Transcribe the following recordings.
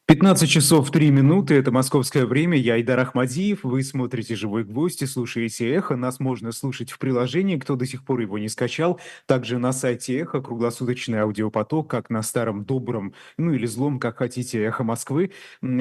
15 часов 3 минуты, это московское время, я Айдар Ахмадиев, вы смотрите «Живой гвоздь» и слушаете «Эхо». Нас можно слушать в приложении, кто до сих пор его не скачал. Также на сайте «Эхо» круглосуточный аудиопоток, как на старом добром, ну или злом, как хотите, «Эхо Москвы».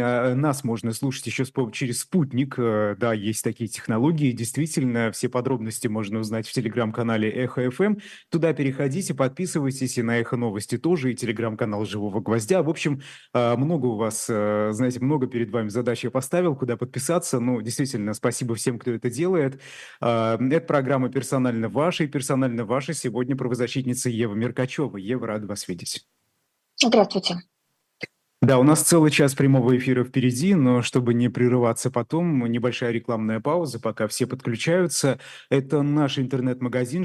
Нас можно слушать еще через спутник, да, есть такие технологии. Действительно, все подробности можно узнать в телеграм-канале «Эхо ФМ». Туда переходите, подписывайтесь, и на «Эхо Новости» тоже, и телеграм-канал «Живого гвоздя». В общем, много у вас, знаете, много перед вами задач я поставил, куда подписаться. Ну, действительно, спасибо всем, кто это делает. Это программа «Персонально ваша», и персонально ваша сегодня правозащитница Ева Меркачева. Ева, рада вас видеть. Здравствуйте. Да, у нас целый час прямого эфира впереди, но чтобы не прерываться потом, небольшая рекламная пауза, пока все подключаются. Это наш интернет-магазин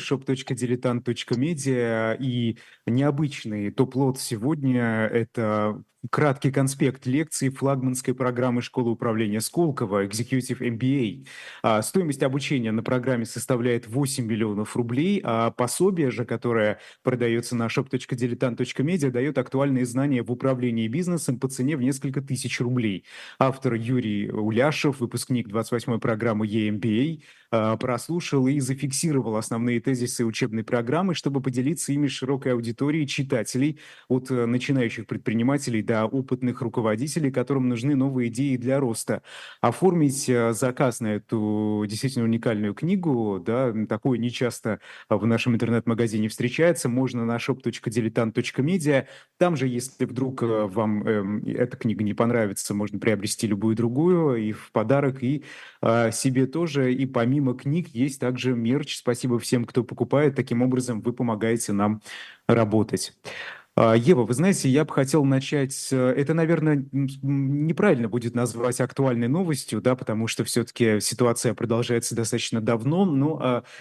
shop.diletant.media, и необычный топ-лот сегодня – это краткий конспект лекций флагманской программы школы управления Сколково Executive MBA. Стоимость обучения на программе составляет 8 миллионов рублей, а пособие же, которое продается на shop.diletant.media, дает актуальные знания в управлении бизнесом по цене в несколько тысяч рублей. Автор Юрий Уляшев, выпускник 28-й программы EMBA, прослушал и зафиксировал основные тезисы учебной программы, чтобы поделиться ими с широкой аудиторией читателей, от начинающих предпринимателей до опытных руководителей, которым нужны новые идеи для роста. Оформить заказ на эту действительно уникальную книгу, да, такое нечасто в нашем интернет-магазине встречается, можно на shop.diletant.media. Там же, если вдруг вам эта книга не понравится, можно приобрести любую другую и в подарок, и себе тоже. И помимо книг есть также мерч. Спасибо всем, кто покупает. Таким образом, вы помогаете нам работать. Ева, вы знаете, я бы хотел начать это, наверное, неправильно будет назвать актуальной новостью, да, потому что все-таки ситуация продолжается достаточно давно, но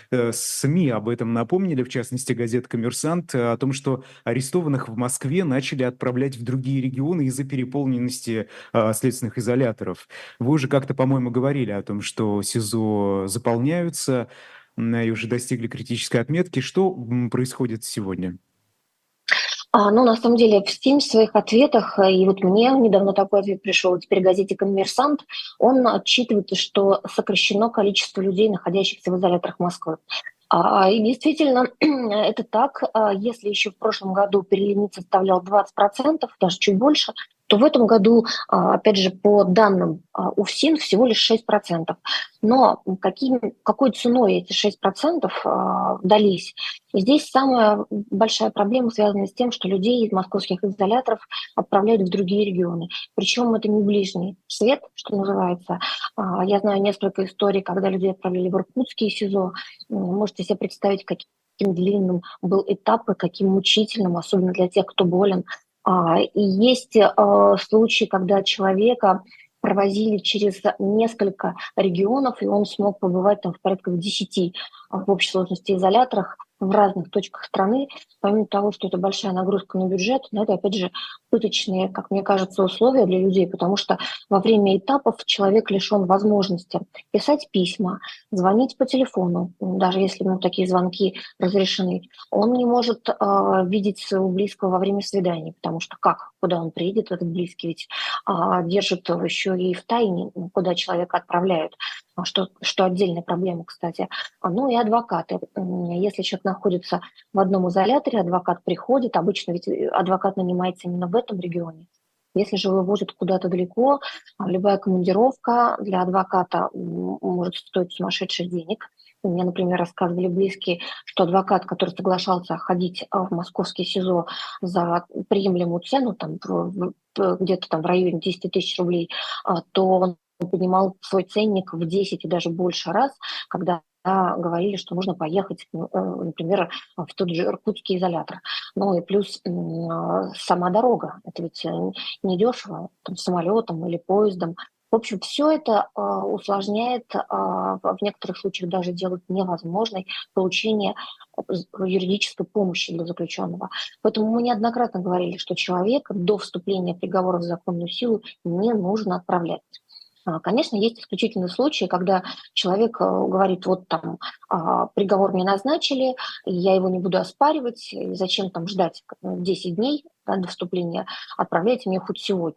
СМИ об этом напомнили, в частности, газета «Коммерсант», о том, что арестованных в Москве начали отправлять в другие регионы из-за переполненности следственных изоляторов. Вы уже как-то, по-моему, говорили о том, что СИЗО заполняются и уже достигли критической отметки. Что происходит сегодня? Ну, на самом деле, в своих ответах, и вот мне недавно такой ответ пришел, теперь в газете «Коммерсант», он отчитывает, что сокращено количество людей, находящихся в изоляторах Москвы. И действительно, это так. Если еще в прошлом году перелимит составлял 20%, даже чуть больше, то в этом году, опять же, по данным УФСИН, всего лишь 6%. Но какой ценой эти 6% дались? И здесь самая большая проблема связана с тем, что людей из московских изоляторов отправляют в другие регионы. Причем это не ближний свет, что называется. Я знаю несколько историй, когда людей отправили в иркутские СИЗО. Можете себе представить, каким длинным был этап и каким мучительным, особенно для тех, кто болен. И есть случаи, когда человека провозили через несколько регионов, и он смог побывать там в порядка 10 в общей сложности изоляторах в разных точках страны. Помимо того, что это большая нагрузка на бюджет, но это, опять же, пыточные, как мне кажется, условия для людей, потому что во время этапов человек лишен возможности писать письма, звонить по телефону, даже если ему такие звонки разрешены. Он не может видеть своего близкого во время свиданий, потому что куда он приедет, этот близкий, ведь держит еще и в тайне, куда человека отправляют, что отдельная проблема, кстати. Ну и адвокаты. Если человек находится в одном изоляторе, адвокат приходит, обычно ведь адвокат нанимается именно в этом регионе. Если же вывозят куда-то далеко, любая командировка для адвоката может стоить сумасшедших денег. Мне, например, рассказывали близкие, что адвокат, который соглашался ходить в московский СИЗО за приемлемую цену, там, где-то там в районе 10 тысяч рублей, то он поднимал свой ценник в 10 и даже больше раз, когда говорили, что нужно поехать, например, в тот же иркутский изолятор. Ну и плюс сама дорога. Это ведь недешево, там, самолетом или поездом. В общем, все это усложняет, в некоторых случаях даже делает невозможной получение юридической помощи для заключенного. Поэтому мы неоднократно говорили, что человека до вступления приговора в законную силу не нужно отправлять. Конечно, есть исключительные случаи, когда человек говорит, вот там приговор мне назначили, я его не буду оспаривать, и зачем там ждать 10 дней, да, до вступления, отправляйте мне хоть сегодня.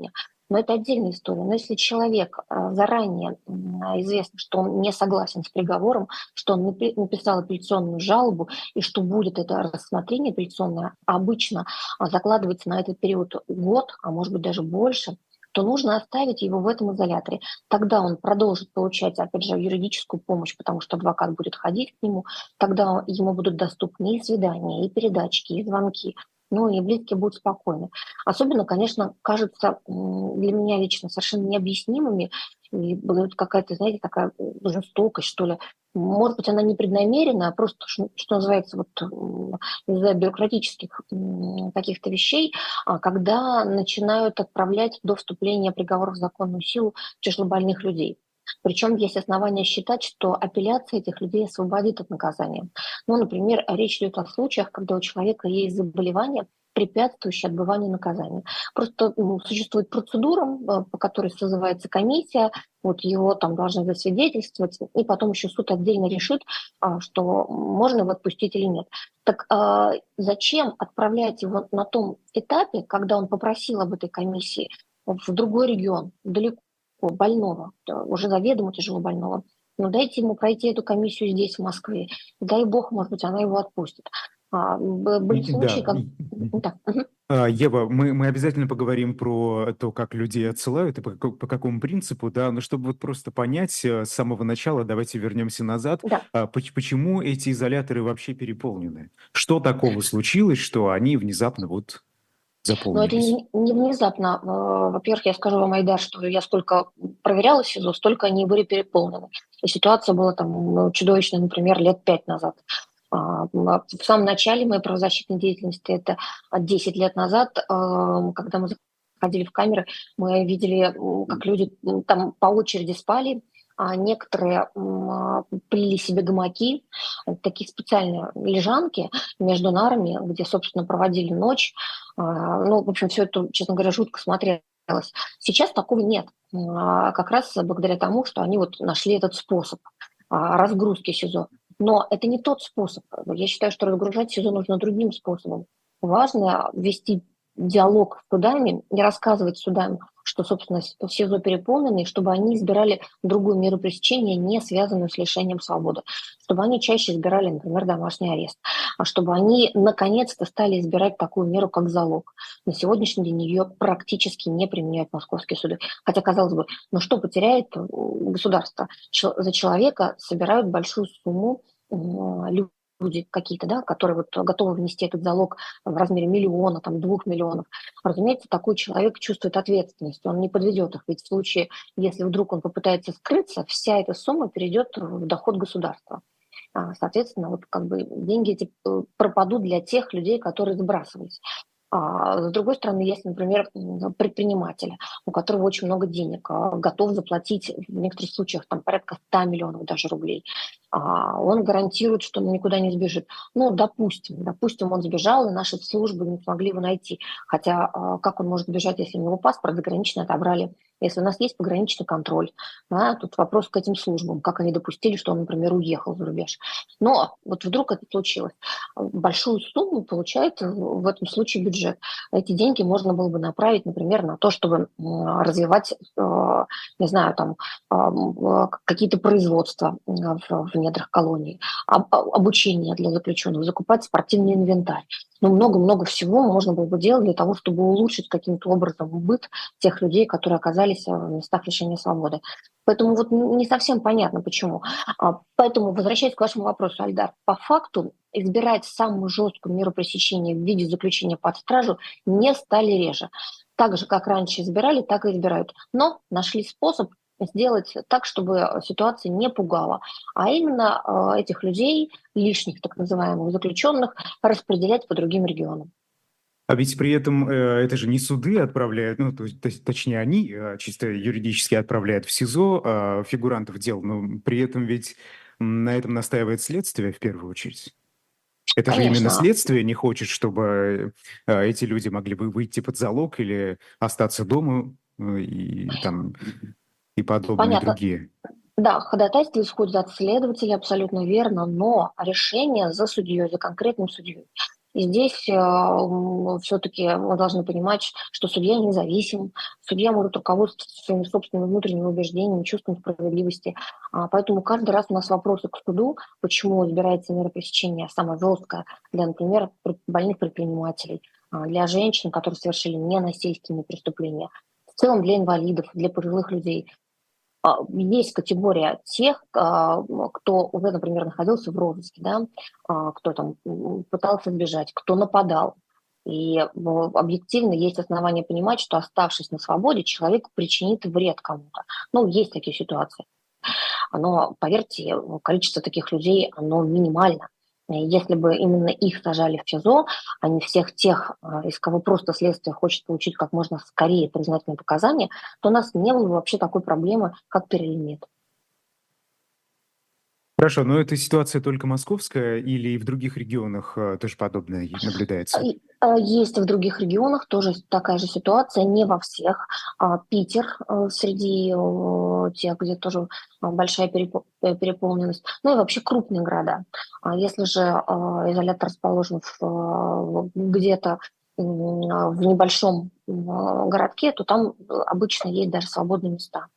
Но это отдельная история. Но если человек заранее известно, что он не согласен с приговором, что он написал апелляционную жалобу, и что будет это рассмотрение апелляционное, обычно закладывается на этот период год, а может быть даже больше, то нужно оставить его в этом изоляторе. Тогда он продолжит получать, опять же, юридическую помощь, потому что адвокат будет ходить к нему, тогда ему будут доступны и свидания, и передачки, и звонки. Ну и близкие будут спокойны. Особенно, конечно, кажется для меня лично совершенно необъяснимыми и вот какая-то, знаете, такая жестокость, что ли. Может быть, она непреднамеренная, а просто, что называется, вот из-за бюрократических каких-то вещей, когда начинают отправлять до вступления приговора в законную силу тяжелобольных людей. Причем есть основания считать, что апелляция этих людей освободит от наказания. Ну, например, речь идет о случаях, когда у человека есть заболевание, препятствующее отбыванию наказания. Просто существует процедура, по которой созывается комиссия, вот его там должны засвидетельствовать, и потом еще суд отдельно решит, что можно его отпустить или нет. Так зачем отправлять его на том этапе, когда он попросил об этой комиссии, в другой регион, далеко больного, уже заведомо тяжело больного? Ну, дайте ему пройти эту комиссию здесь, в Москве. Дай бог, может быть, она его отпустит. Были случаи, Да. как... Да. Мгм. Ева, мы обязательно поговорим про то, как людей отсылают и по какому принципу, да, но чтобы вот просто понять с самого начала, давайте вернемся назад. Да. Почему эти изоляторы вообще переполнены? Что такого случилось, что они внезапно вот Но это заполнились? не внезапно. Во-первых, я скажу вам, Айдар, что я сколько проверяла СИЗО, столько они были переполнены. И ситуация была там чудовищная, например, лет 5 назад. В самом начале моей правозащитной деятельности, это 10 лет назад, когда мы заходили в камеры, мы видели, как люди там по очереди спали, а некоторые плели себе гамаки, такие специальные лежанки между нарами, где, собственно, проводили ночь. Ну, в общем, все это, честно говоря, жутко смотрелось. Сейчас такого нет. Как раз благодаря тому, что они вот нашли этот способ разгрузки СИЗО. Но это не тот способ. Я считаю, что разгружать СИЗО нужно другим способом. Важно вести диалог с судами, не рассказывать судам, что, собственно, СИЗО переполнены, и чтобы они избирали другую меру пресечения, не связанную с лишением свободы. Чтобы они чаще избирали, например, домашний арест. А чтобы они наконец-то стали избирать такую меру, как залог. На сегодняшний день ее практически не применяют московские суды. Хотя, казалось бы, ну что потеряет государство? За человека собирают большую сумму люди какие-то, да, которые вот готовы внести этот залог в размере миллиона, там, 2 миллионов. Разумеется, такой человек чувствует ответственность, он не подведет их. Ведь в случае, если вдруг он попытается скрыться, вся эта сумма перейдет в доход государства. Соответственно, вот как бы деньги эти пропадут для тех людей, которые сбрасывались. С другой стороны, если, например, предприниматель, у которого очень много денег, готов заплатить в некоторых случаях там, порядка 100 миллионов даже рублей, он гарантирует, что он никуда не сбежит. Ну, допустим, он сбежал, и наши службы не смогли его найти. Хотя как он может бежать, если у него паспорт заграничный отобрали? Если у нас есть пограничный контроль, да, тут вопрос к этим службам, как они допустили, что он, например, уехал за рубеж. Но вот вдруг это случилось. Большую сумму получает в этом случае бюджет. Эти деньги можно было бы направить, например, на то, чтобы развивать, не знаю, там, какие-то производства в недрах колонии, обучение для заключенных, закупать спортивный инвентарь. Ну, много-много всего можно было бы делать для того, чтобы улучшить каким-то образом быт тех людей, которые оказались в местах лишения свободы. Поэтому вот не совсем понятно, почему. Поэтому, возвращаясь к вашему вопросу, Альдар, по факту избирать самую жесткую меру пресечения в виде заключения под стражу не стали реже. Так же, как раньше избирали, так и избирают. Но нашли способ сделать так, чтобы ситуация не пугала, а именно этих людей, лишних так называемых заключенных, распределять по другим регионам. А ведь при этом это же не суды отправляют, ну, точнее, они чисто юридически отправляют в СИЗО фигурантов дел, но при этом ведь на этом настаивает следствие в первую очередь. Это же именно Конечно, следствие не хочет, чтобы эти люди могли бы выйти под залог или остаться дома и там и подобные понятно. другие. Да, ходатайство исходит от следователя, абсолютно верно, но решение за судьей, за конкретным судьей. И здесь все-таки мы должны понимать, что судья независим, судья может руководствоваться своими собственными внутренними убеждениями, чувством справедливости. Поэтому каждый раз у нас вопросы к суду, почему избирается мера пресечения самая жесткая для, например, больных предпринимателей, для женщин, которые совершили ненасильственные преступления, в целом для инвалидов, для пожилых людей. Есть категория тех, кто уже, например, находился в розыске, да, кто там пытался сбежать, кто нападал. И объективно есть основания понимать, что, оставшись на свободе, человек причинит вред кому-то. Ну, есть такие ситуации. Но, поверьте, количество таких людей, оно минимально. Если бы именно их сажали в СИЗО, а не всех тех, из кого просто следствие хочет получить как можно скорее признательные показания, то у нас не было бы вообще такой проблемы, как перелимит. Хорошо, но эта ситуация только московская или и в других регионах тоже подобное наблюдается? Есть и в других регионах тоже такая же ситуация, не во всех. Питер среди тех, где тоже большая переполненность, ну и вообще крупные города. Если же изолятор расположен где-то в небольшом городке, то там обычно есть даже свободные места.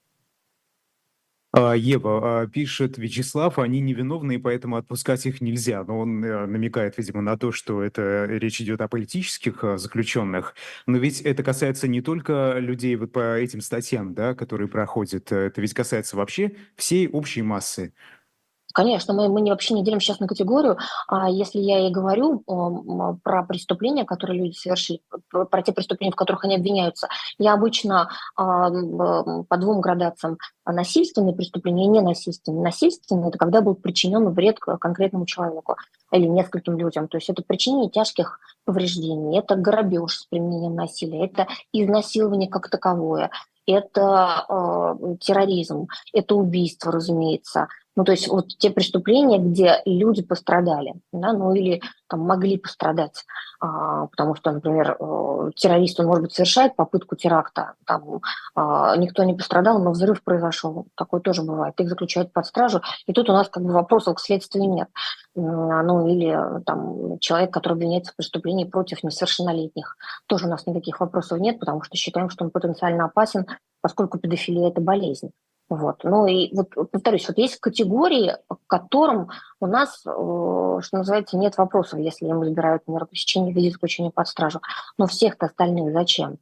Ева, пишет Вячеслав, они невиновны, и поэтому отпускать их нельзя. Но он намекает, видимо, на то, что это речь идет о политических заключенных. Но ведь это касается не только людей вот по этим статьям, да, которые проходят. Это ведь касается вообще всей общей массы. Конечно, мы вообще не делим сейчас на категорию. А если я и говорю про преступления, которые люди совершили, про те преступления, в которых они обвиняются, я обычно по двум градациям: насильственные преступления и ненасильственные. Насильственные — это когда был причинен вред конкретному человеку или нескольким людям. То есть это причинение тяжких повреждений, это грабеж с применением насилия, это изнасилование как таковое, это терроризм, это убийство, разумеется. Ну, то есть вот те преступления, где люди пострадали, да, ну или там могли пострадать, потому что, например, террорист, он, может быть, совершает попытку теракта, там никто не пострадал, но взрыв произошел, такое тоже бывает, их заключают под стражу, и тут у нас как бы вопросов к следствию нет. Ну или там человек, который обвиняется в преступлении против несовершеннолетних, тоже у нас никаких вопросов нет, потому что считаем, что он потенциально опасен, поскольку педофилия — это болезнь. Вот. Ну и вот повторюсь, вот есть категории, к которым у нас, что называется, нет вопросов, если им избирают меру пресечения в виде заключения под стражу. Но всех-то остальных зачем?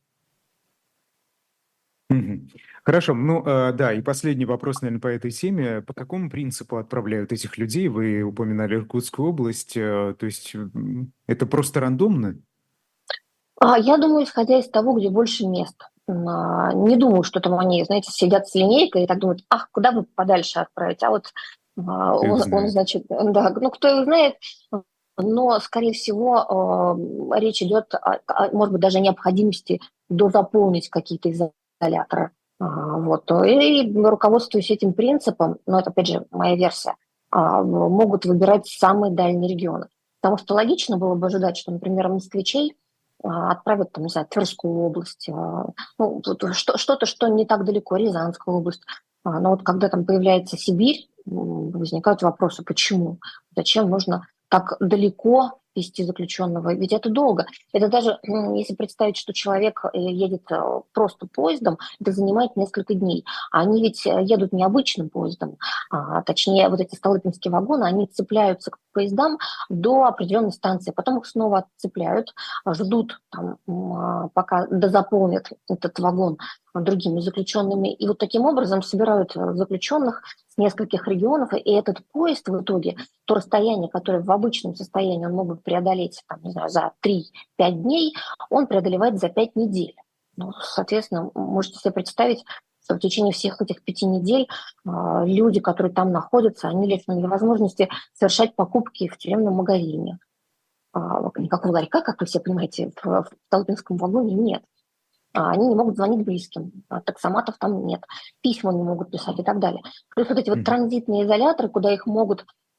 Мгм. Хорошо, ну да, и последний вопрос, наверное, по этой теме. По какому принципу отправляют этих людей? Вы упоминали Иркутскую область, то есть это просто рандомно? Я думаю, исходя из того, где больше мест. Не думаю, что там они, знаете, сидят с линейкой и так думают: ах, куда бы подальше отправить? А вот Кто их он, знает? значит, да, ну кто его знает, но, скорее всего, речь идет, может быть, даже о необходимости дозаполнить какие-то изоляторы. Вот. И руководствуясь этим принципом, но это, опять же, моя версия, могут выбирать самые дальние регионы. Потому что логично было бы ожидать, что, например, москвичей отправят, там, не знаю, Тверскую область, ну, что-то, что не так далеко, Рязанскую область. Но вот когда там появляется Сибирь, возникают вопросы: почему? Зачем нужно так далеко вести заключенного? Ведь это долго. Это даже, если представить, что человек едет просто поездом, это занимает несколько дней. А они ведь едут не обычным поездом, точнее, вот эти столыпинские вагоны, они цепляются к поездам до определенной станции, потом их снова отцепляют, ждут там, пока дозаполнят этот вагон другими заключенными. И вот таким образом собирают заключенных с нескольких регионов, и этот поезд в итоге, то расстояние, которое в обычном состоянии он мог бы преодолеть, там, не знаю, за 3-5 дней, он преодолевает за 5 недель. Ну, соответственно, можете себе представить, что в течение всех этих 5 недель люди, которые там находятся, они лишены возможности совершать покупки в тюремном магазине. Никакого ларька, как вы все понимаете, в Столыпинском вагоне нет. Они не могут звонить близким, таксоматов там нет, письма не могут писать и так далее. Плюс вот эти вот Мгм. транзитные изоляторы, куда их могут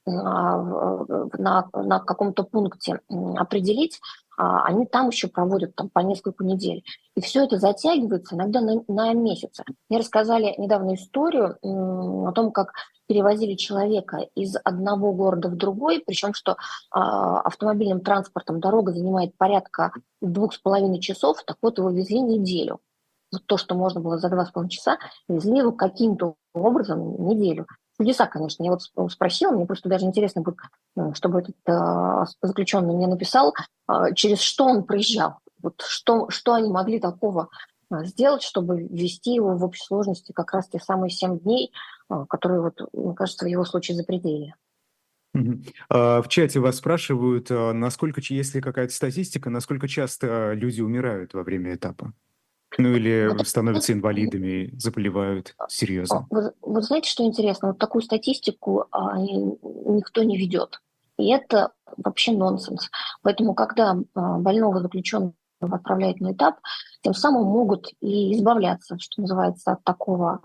на каком-то пункте определить, они там еще проводят там, по несколько недель. И все это затягивается иногда на месяцы. Мне рассказали недавно историю о том, как перевозили человека из одного города в другой, причем что автомобильным транспортом дорога занимает порядка 2,5 часов, так вот его везли неделю. Вот то, что можно было за 2,5 часа, везли его каким-то образом неделю. Чудеса, конечно. Я вот спросила, мне просто даже интересно будет, чтобы этот заключенный мне написал, через что он проезжал. Вот что они могли такого сделать, чтобы ввести его в общей сложности как раз те самые 7 дней, которые, вот, мне кажется, в его случае запределье. Мгм. В чате вас спрашивают, насколько, есть ли какая-то статистика, насколько часто люди умирают во время этапа? Ну или Вот, становятся инвалидами, заболевают серьезно. вот знаете, что интересно? Вот такую статистику никто не ведет. И это вообще нонсенс. Поэтому, когда больного заключенного отправляют на этап, тем самым могут и избавляться, что называется, от такого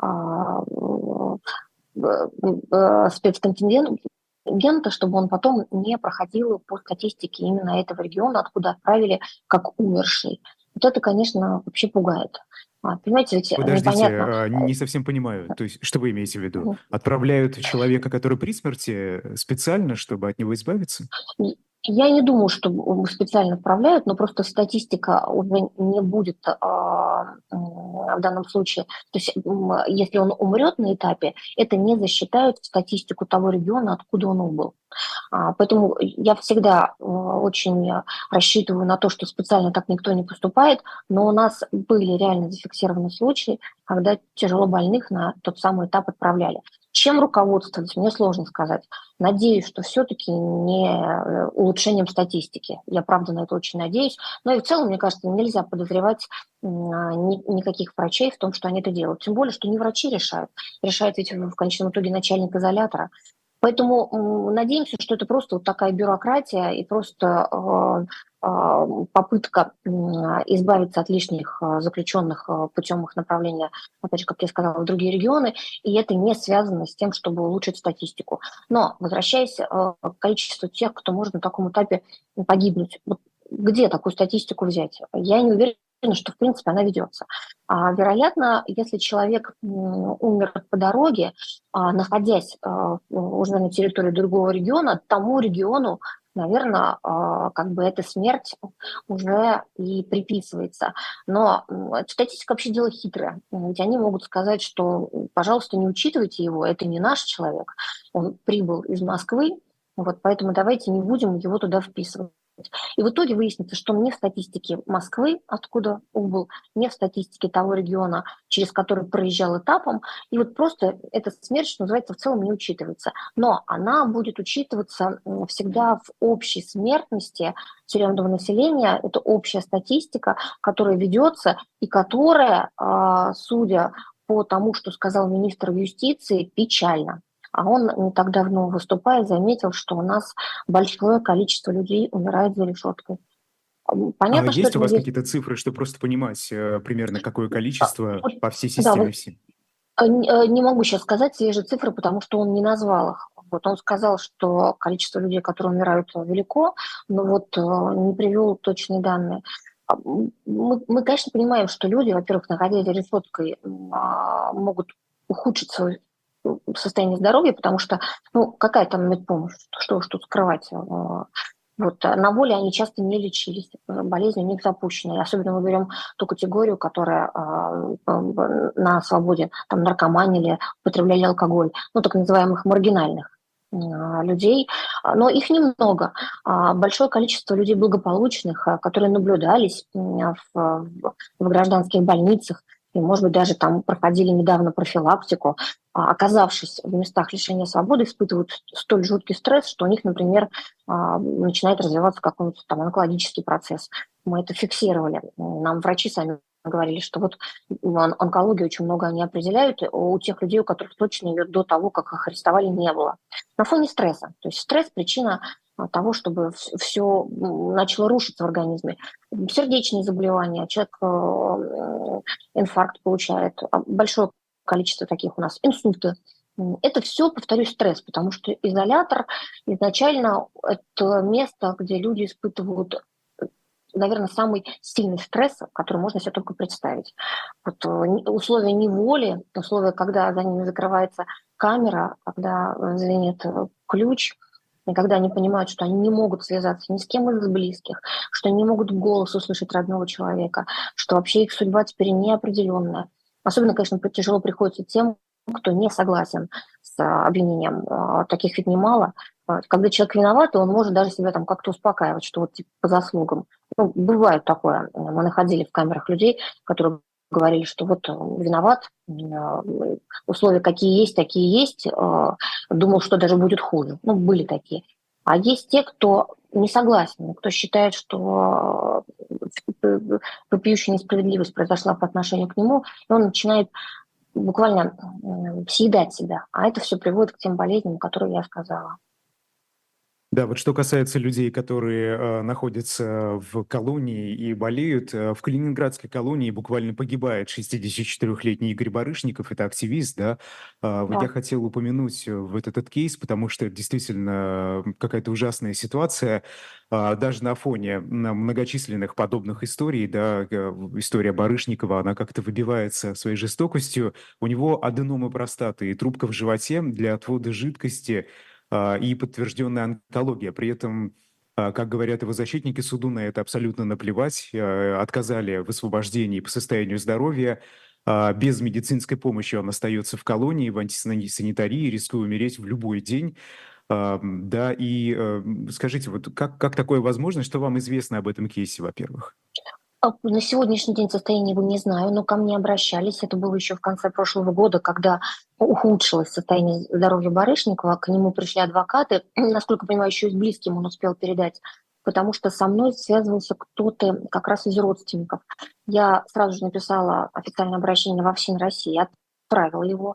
спецконтингента, чтобы он потом не проходил по статистике именно этого региона, откуда отправили как умерший. Вот это, конечно, вообще пугает. Понимаете, ведь Подождите, непонятно. не совсем понимаю. То есть, что вы имеете в виду? Отправляют человека, который при смерти, специально, чтобы от него избавиться? Я не думаю, что специально отправляют, но просто статистика уже не будет в данном случае. То есть если он умрет на этапе, это не засчитают в статистику того региона, откуда он убыл. Поэтому я всегда очень рассчитываю на то, что специально так никто не поступает, но у нас были реально зафиксированы случаи, когда тяжело больных на тот самый этап отправляли. Чем руководствовались, мне сложно сказать. Надеюсь, что все-таки не улучшением статистики. Я правда на это очень надеюсь. Но и в целом, мне кажется, нельзя подозревать никаких врачей в том, что они это делают. Тем более, что не врачи решают. Решает ведь в конечном итоге начальник изолятора. Поэтому надеемся, что это просто вот такая бюрократия и просто попытка избавиться от лишних заключенных путем их направления, опять же, как я сказала, в другие регионы, и это не связано с тем, чтобы улучшить статистику. Но возвращаясь к количеству тех, кто может на таком этапе погибнуть, вот где такую статистику взять? Я не уверена, что, в принципе, она ведется. Вероятно, если человек умер по дороге, находясь уже на территории другого региона, тому региону, наверное, как бы эта смерть уже и приписывается. Но статистика вообще дело хитрое. Ведь они могут сказать, что, пожалуйста, не учитывайте его, это не наш человек, он прибыл из Москвы, вот поэтому давайте не будем его туда вписывать. И в итоге выяснится, что не в статистике Москвы, откуда убыл, не в статистике того региона, через который проезжал этапом. И вот просто эта смерть, что называется, в целом не учитывается. Но она будет учитываться всегда в общей смертности тюремного населения. Это общая статистика, которая ведется и которая, судя по тому, что сказал министр юстиции, печально. А он не так давно, выступая, заметил, что у нас большое количество людей умирает за решеткой. А Понятно, что есть это у не вас весь... какие-то цифры, чтобы просто понимать примерно какое количество Вот, по всей да, системе вот, всей? не могу сейчас сказать свежие цифры, потому что он не назвал их. Вот он сказал, что количество людей, которые умирают, велико, но вот не привел точные данные. Мы, конечно, понимаем, что люди, во-первых, находясь за решеткой, могут ухудшить свое состояние здоровья, потому что, ну, какая там медпомощь, что уж тут скрывать. Вот, на воле они часто не лечились, болезнь у них запущена. И особенно мы берем ту категорию, которая на свободе, там, наркоманили, употребляли алкоголь, ну, так называемых маргинальных людей, но их немного. Большое количество людей благополучных, которые наблюдались в гражданских больницах, и, может быть, даже там проходили недавно профилактику, оказавшись в местах лишения свободы, испытывают столь жуткий стресс, что у них, например, начинает развиваться какой-нибудь там онкологический процесс. Мы это фиксировали. Нам врачи сами говорили, что вот онкологию очень много они определяют у тех людей, у которых точно ее до того, как их арестовали, не было. На фоне стресса. То есть стресс – причина того, чтобы все начало рушиться в организме. Сердечные заболевания, человек инфаркт получает, большое количество таких у нас, инсульты Это все, повторюсь, стресс, потому что изолятор изначально это место, где люди испытывают, наверное, самый сильный стресс, который можно себе только представить. Вот условия неволи, условия, когда за ними закрывается камера, когда звенит ключ, и когда они понимают, что они не могут связаться ни с кем из близких, что они не могут голос услышать родного человека, что вообще их судьба теперь неопределенная. Особенно, конечно, тяжело приходится тем, кто не согласен с обвинением. Таких ведь немало. Когда человек виноват, он может даже себя там как-то успокаивать, что вот типа по заслугам. Ну, бывает такое. Мы находили в камерах людей, которые говорили, что вот виноват, условия какие есть, такие есть, думал, что даже будет хуже. Ну, были такие. А есть те, кто не согласен, кто считает, что вопиющая несправедливость произошла по отношению к нему, и он начинает буквально съедать себя. А это все приводит к тем болезням, которые я сказала. Да, вот что касается людей, которые находятся в колонии и болеют, в Калининградской колонии буквально погибает 64-летний Игорь Барышников, это активист, да. Вот я Да. хотел упомянуть вот этот кейс, потому что это действительно какая-то ужасная ситуация, даже на фоне многочисленных подобных историй, да, история Барышникова, она как-то выбивается своей жестокостью. У него аденома простаты и трубка в животе для отвода жидкости, и подтвержденная онкология. При этом, как говорят его защитники, суду на это абсолютно наплевать, отказали в освобождении по состоянию здоровья. Без медицинской помощи он остается в колонии, в антисанитарии, рискуя умереть в любой день. Да, и скажите, вот как такое возможно, что вам известно об этом кейсе, во-первых? На сегодняшний день состояние его не знаю, но ко мне обращались. Это было еще в конце прошлого года, когда ухудшилось состояние здоровья Барышникова. К нему пришли адвокаты. Насколько я понимаю, еще и с близким он успел передать, потому что со мной связывался кто-то как раз из родственников. Я сразу же написала официальное обращение во ФСИН России, отправила его.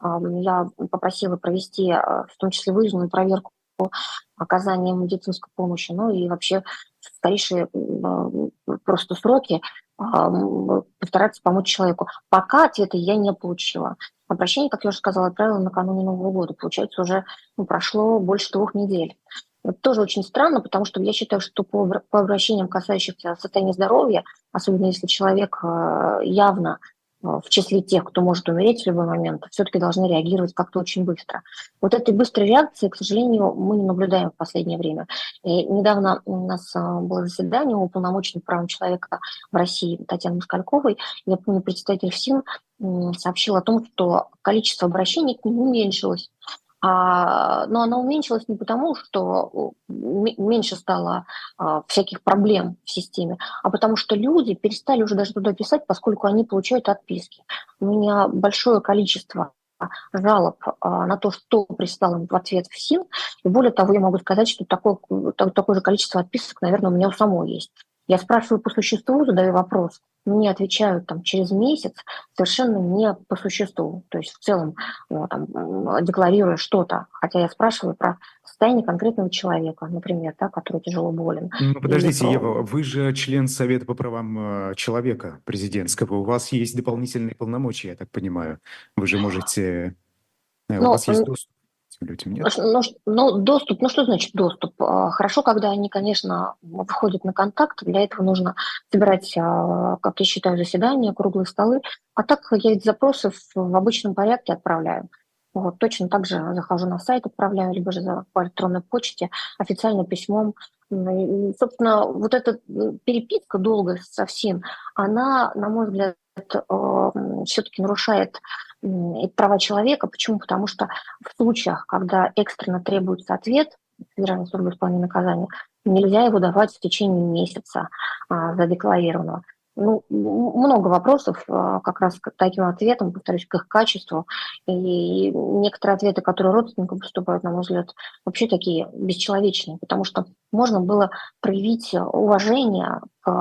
Я попросила провести в том числе выездную проверку оказания медицинской помощи, ну и вообще в скорейшие просто сроки постараться помочь человеку. Пока ответа я не получила. Обращение, как я уже сказала, отправила накануне Нового года. Получается, уже прошло больше 2 недель. Это тоже очень странно, потому что я считаю, что по обращениям, касающихся состояния здоровья, особенно если человек явно в числе тех, кто может умереть в любой момент, все-таки должны реагировать как-то очень быстро. Вот этой быстрой реакции, к сожалению, мы не наблюдаем в последнее время. И недавно у нас было заседание у уполномоченной по правам человека в России Татьяны Москальковой. Я помню, представитель ФСИН сообщил о том, что количество обращений к нему уменьшилось. Но она уменьшилась не потому, что меньше стало всяких проблем в системе, а потому что люди перестали уже даже туда писать, поскольку они получают отписки. У меня большое количество жалоб на то, что прислал им в ответ ФСИН. И более того, я могу сказать, что такое же количество отписок, наверное, у меня у самой есть. Я спрашиваю по существу, задаю вопрос, мне отвечают там через месяц совершенно не по существу. То есть в целом там, декларируя что-то, хотя я спрашиваю про состояние конкретного человека, например, да, который тяжело болен. Ну, И подождите, Ева, вы же член Совета по правам человека президентского. У вас есть дополнительные полномочия, я так понимаю. Вы же можете... У ну, вас есть доступ к этим людям, нет? доступ, ну что значит доступ? Хорошо, когда они, конечно, выходят на контакт, для этого нужно собирать, как я считаю, заседания, круглые столы, а так я эти запросы в обычном порядке отправляю. Вот, точно так же захожу на сайт, отправляю, либо же по электронной почте, официально письмом. И, собственно, вот эта переписка долгая со ФСИН, она, на мой взгляд, все-таки нарушает права человека. Почему? Потому что в случаях, когда экстренно требуется ответ Федеральной службы исполнения наказания, нельзя его давать в течение месяца задекларированного. Ну, много вопросов как раз к таким ответам, повторюсь, к их качеству. И некоторые ответы, которые родственникам поступают, на мой взгляд, вообще такие бесчеловечные, потому что можно было проявить уважение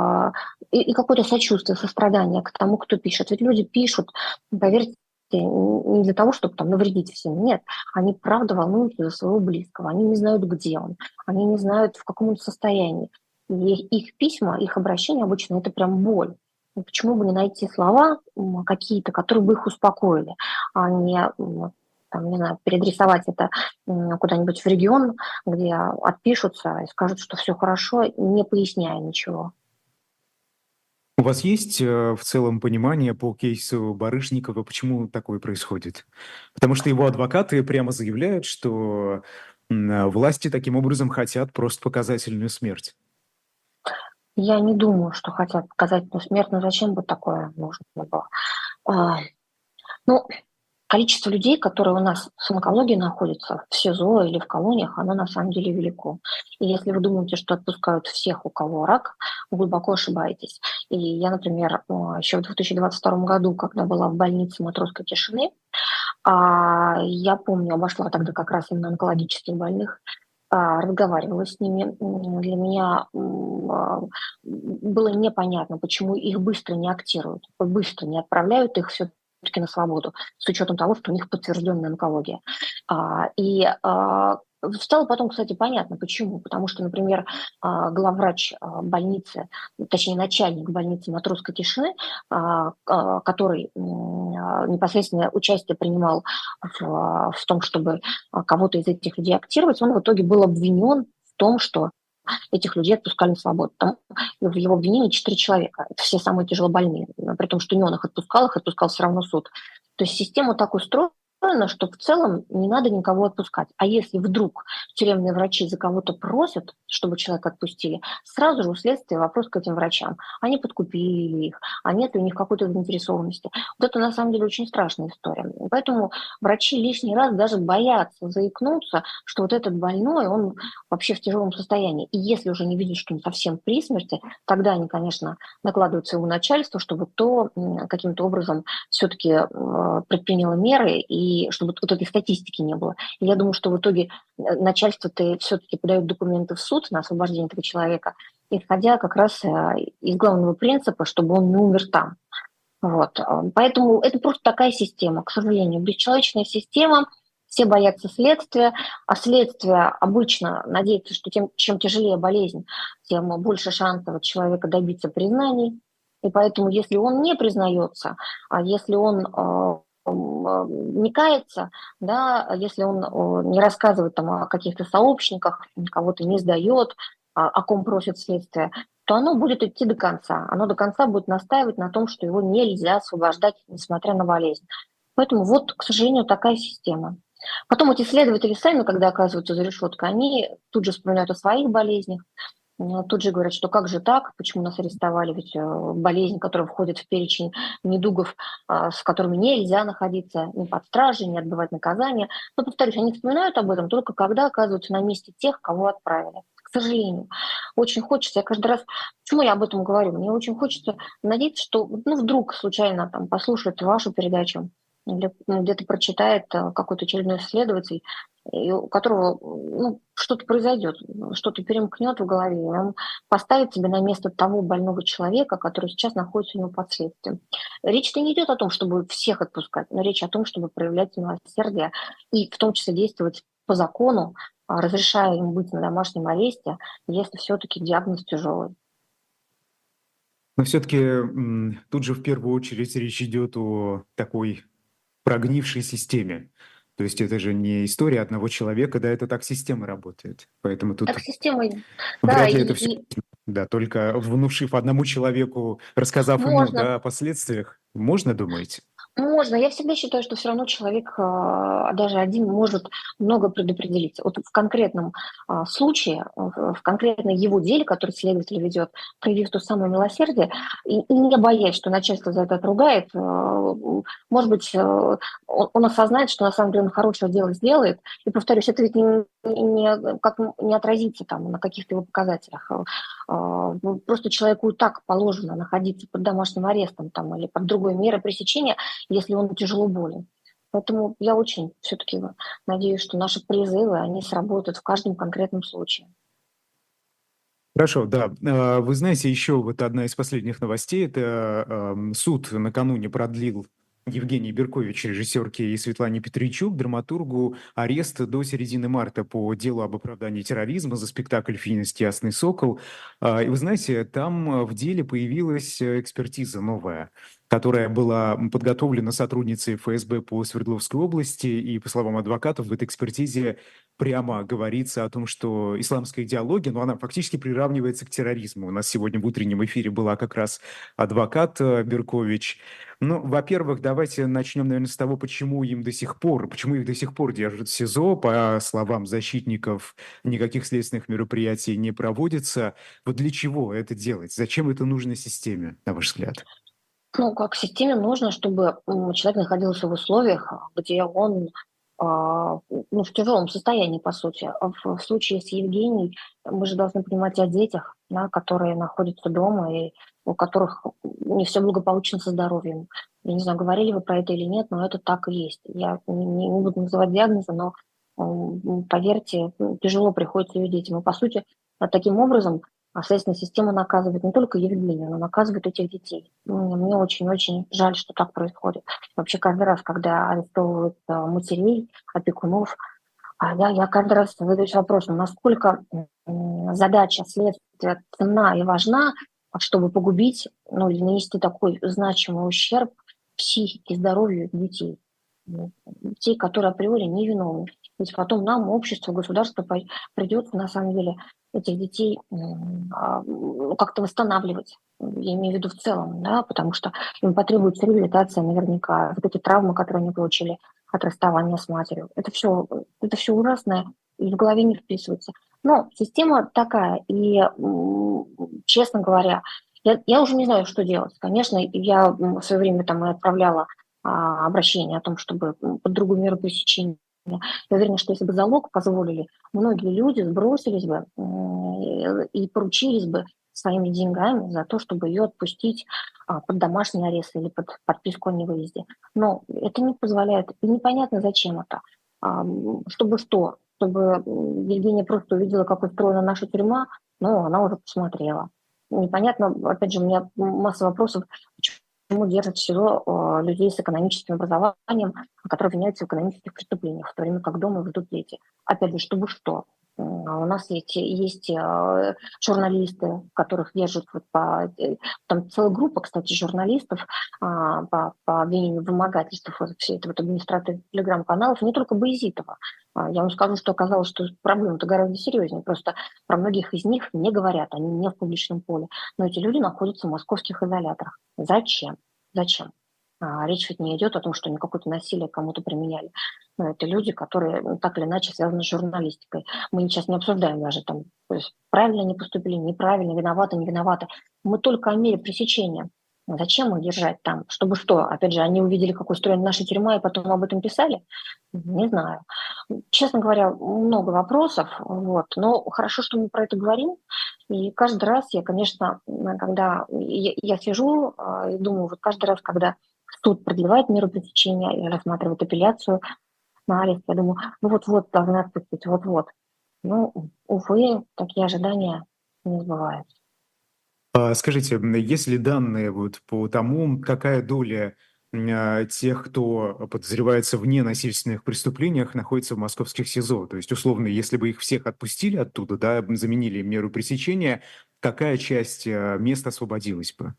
и какое-то сочувствие, сострадание к тому, кто пишет. Ведь люди пишут, поверьте, не для того, чтобы там навредить всем. Нет, они правда волнуются за своего близкого. Они не знают, где он. Они не знают, в каком он состоянии. И их письма, их обращения обычно это прям боль. И почему бы не найти слова какие-то, которые бы их успокоили, а не там, не знаю, переадресовать это куда-нибудь в регион, где отпишутся и скажут, что все хорошо, не поясняя ничего. У вас есть в целом понимание по кейсу Барышникова, почему такое происходит? Потому что его адвокаты прямо заявляют, что власти таким образом хотят просто показательную смерть. Я не думаю, что хотят показать эту смерть, но зачем бы такое нужно было? А, ну, количество людей, которые у нас с онкологией находятся в СИЗО или в колониях, оно на самом деле велико. И если вы думаете, что отпускают всех, у кого рак, вы глубоко ошибаетесь. И я, например, еще в 2022 году, когда была в больнице Матросской тишины, я помню, обошла тогда как раз именно онкологических больных, разговаривала с ними. Для меня было непонятно, почему их быстро не актируют, быстро не отправляют их все-таки на свободу, с учетом того, что у них подтвержденная онкология. Стало потом, кстати, понятно, почему. Потому что, например, главврач больницы, точнее, начальник больницы Матросской тишины, который непосредственно участие принимал в том, чтобы кого-то из этих людей актировать, он в итоге был обвинен в том, что этих людей отпускали на свободу. Там в его обвинении 4 человека. Это все самые тяжелобольные. При том, что не он их отпускал все равно суд. То есть система так устроена, что в целом не надо никого отпускать. А если вдруг тюремные врачи за кого-то просят, чтобы человека отпустили, сразу же у следствия вопрос к этим врачам. Они подкупили их, а нет ли у них какой-то заинтересованности. Вот это на самом деле очень страшная история. Поэтому врачи лишний раз даже боятся заикнуться, что вот этот больной, он вообще в тяжелом состоянии. И если уже не видят, что он совсем при смерти, тогда они, конечно, накладывают своему начальству, чтобы то каким-то образом все-таки предприняло меры, и чтобы вот этой статистики не было. И я думаю, что в итоге начальство-то все-таки подает документы в суд на освобождение этого человека, исходя как раз из главного принципа, чтобы он не умер там. Вот. Поэтому это просто такая система, к сожалению, бесчеловечная система. Все боятся следствия, а следствие обычно надеется, что чем тяжелее болезнь, тем больше шансов от человека добиться признаний. И поэтому, если он не признается, а если он не кается, да, если он не рассказывает там о каких-то сообщниках, кого-то не сдает, о ком просит следствие, то оно будет идти до конца. Оно до конца будет настаивать на том, что его нельзя освобождать, несмотря на болезнь. Поэтому вот, к сожалению, такая система. Потом эти следователи сами, когда оказываются за решеткой, они тут же вспоминают о своих болезнях, тут же говорят, что как же так, почему нас арестовали, ведь болезнь, которая входит в перечень недугов, с которыми нельзя находиться ни под стражей, ни отбывать наказание. Но, повторюсь, они вспоминают об этом только когда оказываются на месте тех, кого отправили. К сожалению, очень хочется, я каждый раз, почему я об этом говорю, мне очень хочется надеяться, что вдруг случайно там послушает вашу передачу, или где-то прочитает какой-то очередной следователь, и у которого что-то произойдет, что-то перемкнет в голове, и он поставит себя на место того больного человека, который сейчас находится у него под следствием. Речь-то не идет о том, чтобы всех отпускать, но речь о том, чтобы проявлять милосердие и в том числе действовать по закону, разрешая им быть на домашнем аресте, если все-таки диагноз тяжелый. Но все-таки тут же в первую очередь речь идет о такой прогнившей системе. То есть это же не история одного человека, да, это так система работает. Поэтому Так тут система, да, вряд ли это все, да, только внушив одному человеку, рассказав ему, можно. да, о последствиях, можно, думаете? Можно. Я всегда считаю, что все равно человек, даже один, может много предопределить. Вот в конкретном случае, в конкретном его деле, который следователь ведет, проявив то самое милосердие, и не боясь, что начальство за это отругает, может быть, он осознает, что на самом деле он хорошее дело сделает. И, повторюсь, это ведь не отразится там на каких-то его показателях. Просто человеку и так положено находиться под домашним арестом там, или под другой мерой пресечения, если он тяжело болен. Поэтому я очень все-таки надеюсь, что наши призывы, они сработают в каждом конкретном случае. Хорошо, да. Вы знаете, еще вот одна из последних новостей, это суд накануне продлил Евгении Беркович, режиссерке, и Светлане Петричук, драматургу, арест до середины марта по делу об оправдании терроризма за спектакль «Финист. Ясный сокол». И вы знаете, там в деле появилась экспертиза новая. которая была подготовлена сотрудницей ФСБ по Свердловской области, и, по словам адвокатов, в этой экспертизе прямо говорится о том, что исламская идеология, ну, она фактически приравнивается к терроризму. У нас сегодня в утреннем эфире была как раз адвокат Беркович. Ну, во-первых, давайте начнем, наверное, с того, почему их до сих пор держат в СИЗО. По словам защитников, никаких следственных мероприятий не проводится. Вот для чего это делать? Зачем это нужно системе, на ваш взгляд? Ну, как системе нужно, чтобы человек находился в условиях, где он ну, в тяжелом состоянии, по сути. В случае с Евгенией мы же должны понимать о детях, да, которые находятся дома и у которых не все благополучно со здоровьем. Я не знаю, говорили вы про это или нет, но это так и есть. Я не буду называть диагнозы, но поверьте, тяжело приходится видеть. Мы, по сути, таким образом следственная система наказывает не только Евгению, но наказывает этих детей. Мне очень-очень жаль, что так происходит. Вообще каждый раз, когда арестовывают матерей, опекунов, я каждый раз задаюсь вопросом, насколько задача следствия ценна и важна, чтобы погубить, ну, или нанести такой значимый ущерб психике, здоровью детей. Детей, которые априори невиновны. Ведь потом нам, обществу, государству придется, на самом деле, этих детей ну, как-то восстанавливать. Я имею в виду в целом, да, потому что им потребуется реабилитация наверняка. Вот эти травмы, которые они получили от расставания с матерью. Это все ужасное и в голове не вписывается. Но система такая, и, честно говоря, я уже не знаю, что делать. Конечно, я в свое время там и отправляла обращение о том, чтобы под другую меру пресечения. Я уверена, что если бы залог позволили, многие люди сбросились бы и поручились бы своими деньгами за то, чтобы ее отпустить под домашний арест или под подписку о невыезде. Но это не позволяет, и непонятно, зачем это. Чтобы что? Чтобы Евгения просто увидела, как устроена наша тюрьма, но она уже посмотрела. Непонятно, опять же, у меня масса вопросов, почему держат в СИЗО людей с экономическим образованием, которые обвиняются в экономических преступлениях, в то время как дома ведут дети. Опять же, чтобы что? У нас есть журналисты, которых держат там целая группа, кстати, журналистов по обвинению в вымогательствах, вот все это вот администраторы телеграм-каналов, не только Боязитова. Я вам скажу, что оказалось, что проблема-то гораздо серьезнее. Просто про многих из них не говорят, они не в публичном поле. Но эти люди находятся в московских изоляторах. Зачем? Зачем? Речь ведь не идет о том, что они какое-то насилие кому-то применяли. Но это люди, которые так или иначе связаны с журналистикой. Мы сейчас не обсуждаем даже там, то есть правильно они поступили, неправильно, виноваты, не виноваты. Мы только о мере пресечения. Зачем их держать там? Чтобы что? Опять же, они увидели, как устроена наша тюрьма, и потом об этом писали? Не знаю. Честно говоря, много вопросов, вот. Но хорошо, что мы про это говорим. И каждый раз я, конечно, когда я сижу и думаю, вот каждый раз, когда суд продлевает меру пресечения и рассматривает апелляцию на арест, я думаю, ну вот-вот должны отпустить, вот-вот. Ну, увы, такие ожидания не сбываются. Скажите, есть ли данные вот по тому, какая доля тех, кто подозревается в ненасильственных преступлениях, находится в московских СИЗО? То есть, условно, если бы их всех отпустили оттуда, да, заменили меру пресечения, какая часть мест освободилась бы?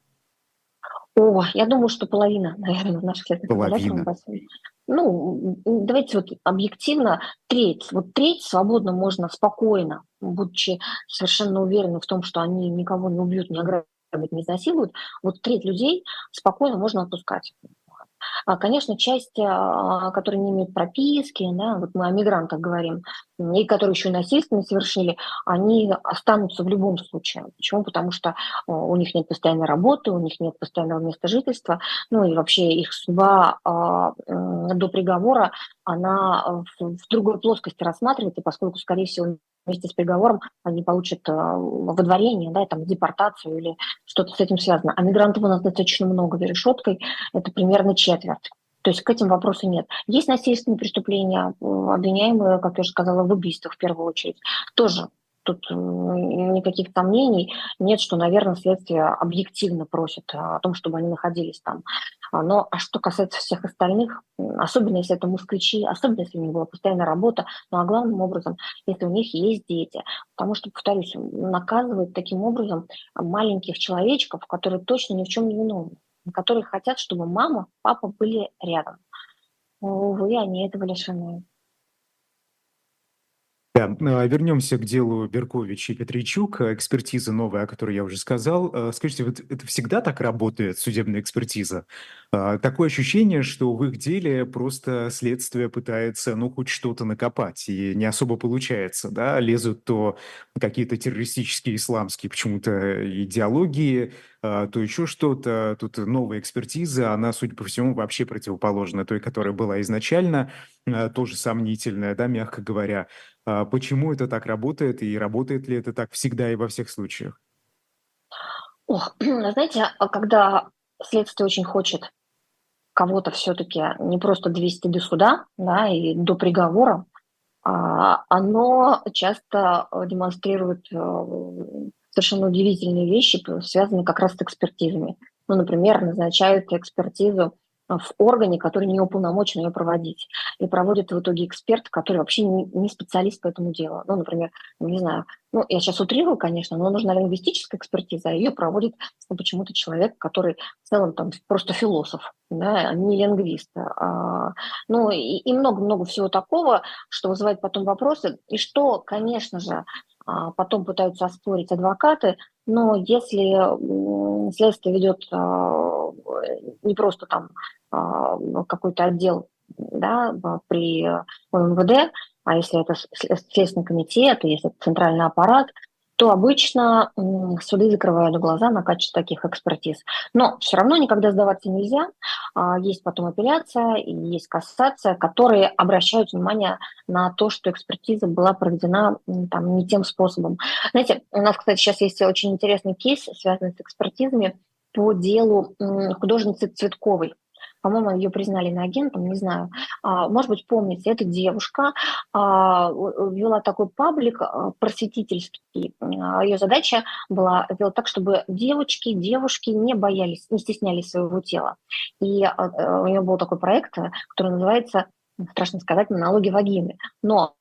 Я думаю, что половина, наверное, наших следственных изоляторов Половина. бросили. Ну, давайте вот объективно, треть. Вот треть свободно можно спокойно, будучи совершенно уверены в том, что они никого не убьют, не ограбят, не изнасилуют, вот треть людей спокойно можно отпускать. Конечно, часть, которые не имеют прописки, да, вот мы о мигрантах говорим, и которые еще и насильственно совершили, они останутся в любом случае. Почему? Потому что у них нет постоянной работы, у них нет постоянного места жительства, ну и вообще их судьба до приговора, она в другой плоскости рассматривается, поскольку, скорее всего, вместе с приговором они получат выдворение, да, там, депортацию или что-то с этим связано. А мигрантов у нас достаточно много за решеткой, это примерно четверть. То есть к этим вопросу нет. Есть насильственные преступления, обвиняемые, как я уже сказала, в убийствах в первую очередь. Тоже тут никаких сомнений нет, что, наверное, следствие объективно просит о том, чтобы они находились там. Но что касается всех остальных, особенно если это москвичи, особенно если у них была постоянная работа, ну а главным образом, если у них есть дети. Потому что, повторюсь, наказывают таким образом маленьких человечков, которые точно ни в чем не виновны. которые хотят, чтобы мама, папа были рядом. Увы, они этого лишены. Да, вернемся к делу Беркович и Петричук, экспертиза новая, о которой я уже сказал. Скажите, вот это всегда так работает, судебная экспертиза? Такое ощущение, что в их деле просто следствие пытается, ну, хоть что-то накопать, и не особо получается, да, лезут то какие-то террористические исламские почему-то идеологии, то еще что-то. Тут новая экспертиза, она, судя по всему, вообще противоположна той, которая была изначально, тоже сомнительная, да, мягко говоря. Почему это так работает и работает ли это так всегда и во всех случаях? Ох, знаете, когда следствие очень хочет кого-то все-таки не просто довести до суда, да, и до приговора, оно часто демонстрирует совершенно удивительные вещи, связанные как раз с экспертизами. Ну, например, назначают экспертизу в органе, который не уполномочен ее проводить. И проводит в итоге эксперт, который вообще не специалист по этому делу. Ну, например, не знаю, ну, я сейчас утрирую, конечно, но нужна лингвистическая экспертиза, а ее проводит почему-то человек, который в целом там просто философ, да, а не лингвист. Ну, и много-много всего такого, что вызывает потом вопросы, и что, конечно же, потом пытаются оспорить адвокаты, но если следствие ведет не просто там какой-то отдел, да, при МВД, а если это Следственный комитет, если это центральный аппарат, то обычно суды закрывают глаза на качество таких экспертиз. Но все равно никогда сдаваться нельзя. Есть потом апелляция и есть кассация, которые обращают внимание на то, что экспертиза была проведена там, не тем способом. Знаете, у нас, кстати, сейчас есть очень интересный кейс, связанный с экспертизами по делу художницы Цветковой. По-моему, ее признали иноагентом, не знаю. Может быть, помните, эта девушка вела такой паблик просветительский. Ее задача была сделать так, чтобы девушки не боялись, не стеснялись своего тела. И у нее был такой проект, который называется, страшно сказать, «Монологи вагины». Но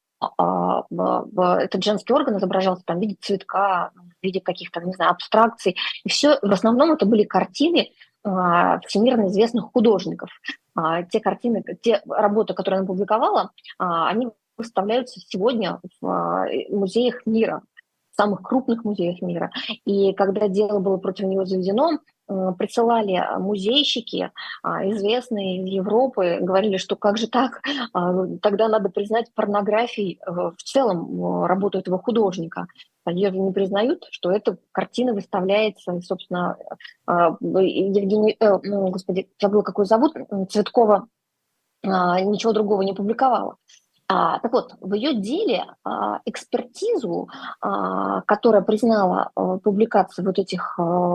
этот женский орган изображался там в виде цветка, в виде каких-то, не знаю, абстракций. И все, в основном это были картины всемирно известных художников. Те картины, те работы, которые она публиковала, они выставляются сегодня в музеях мира, в самых крупных музеях мира. И когда дело было против него заведено, присылали музейщики, известные из Европы, говорили, что как же так, тогда надо признать порнографией в целом работу этого художника. Ее же не признают, что эта картина выставляется, и, собственно, Евгений, господи, забыла, какой зовут, Цветкова ничего другого не публиковала. Так вот, в ее деле экспертизу, которая признала публикацию вот этих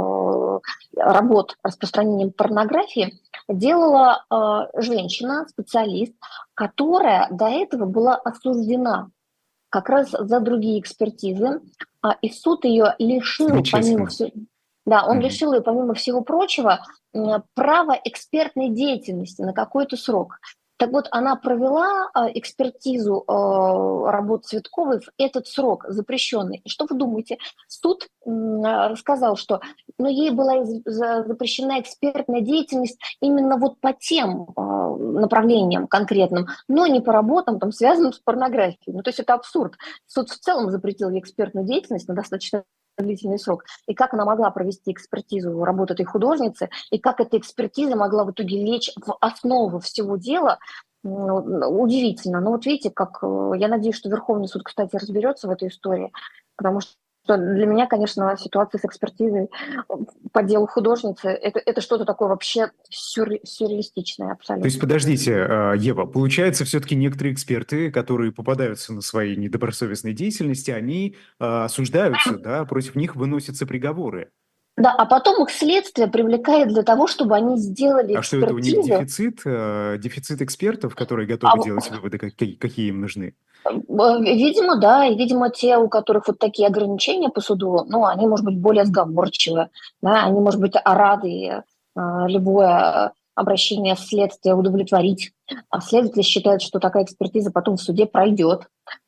работ распространением порнографии, делала женщина, специалист, которая до этого была осуждена как раз за другие экспертизы, и суд ее лишил, помимо Замечательно. всего, да, он Мгм. лишил ее, помимо всего прочего, права экспертной деятельности на какой-то срок. Так вот, она провела экспертизу работ Цветковой в этот срок запрещенный. И что вы думаете? Суд сказал, что ей была запрещена экспертная деятельность именно вот по тем направлениям конкретным, но не по работам, там, связанным с порнографией. Ну, то есть это абсурд. Суд в целом запретил ей экспертную деятельность на достаточно длительный срок. И как она могла провести экспертизу работы этой художницы, и как эта экспертиза могла в итоге лечь в основу всего дела, удивительно. Но вот видите, как я надеюсь, что Верховный суд, кстати, разберется в этой истории, потому что для меня, конечно, ситуация с экспертизой по делу художницы это что-то такое вообще сюрреалистичное То есть, абсолютно. подождите, Ева, получается, все-таки некоторые эксперты, которые попадаются на своей недобросовестной деятельности, они осуждаются, да, против них выносятся приговоры. Да, а потом их следствие привлекает для того, чтобы они сделали А что это у них экспертизу. дефицит? Дефицит экспертов, которые готовы А делать выводы, какие им нужны? Видимо, да, и, видимо, те, у которых вот такие ограничения по суду, ну, они, может быть, более сговорчивы, да, они, может быть, рады любое обращение следствия удовлетворить. А следователь считает, что такая экспертиза потом в суде пройдет.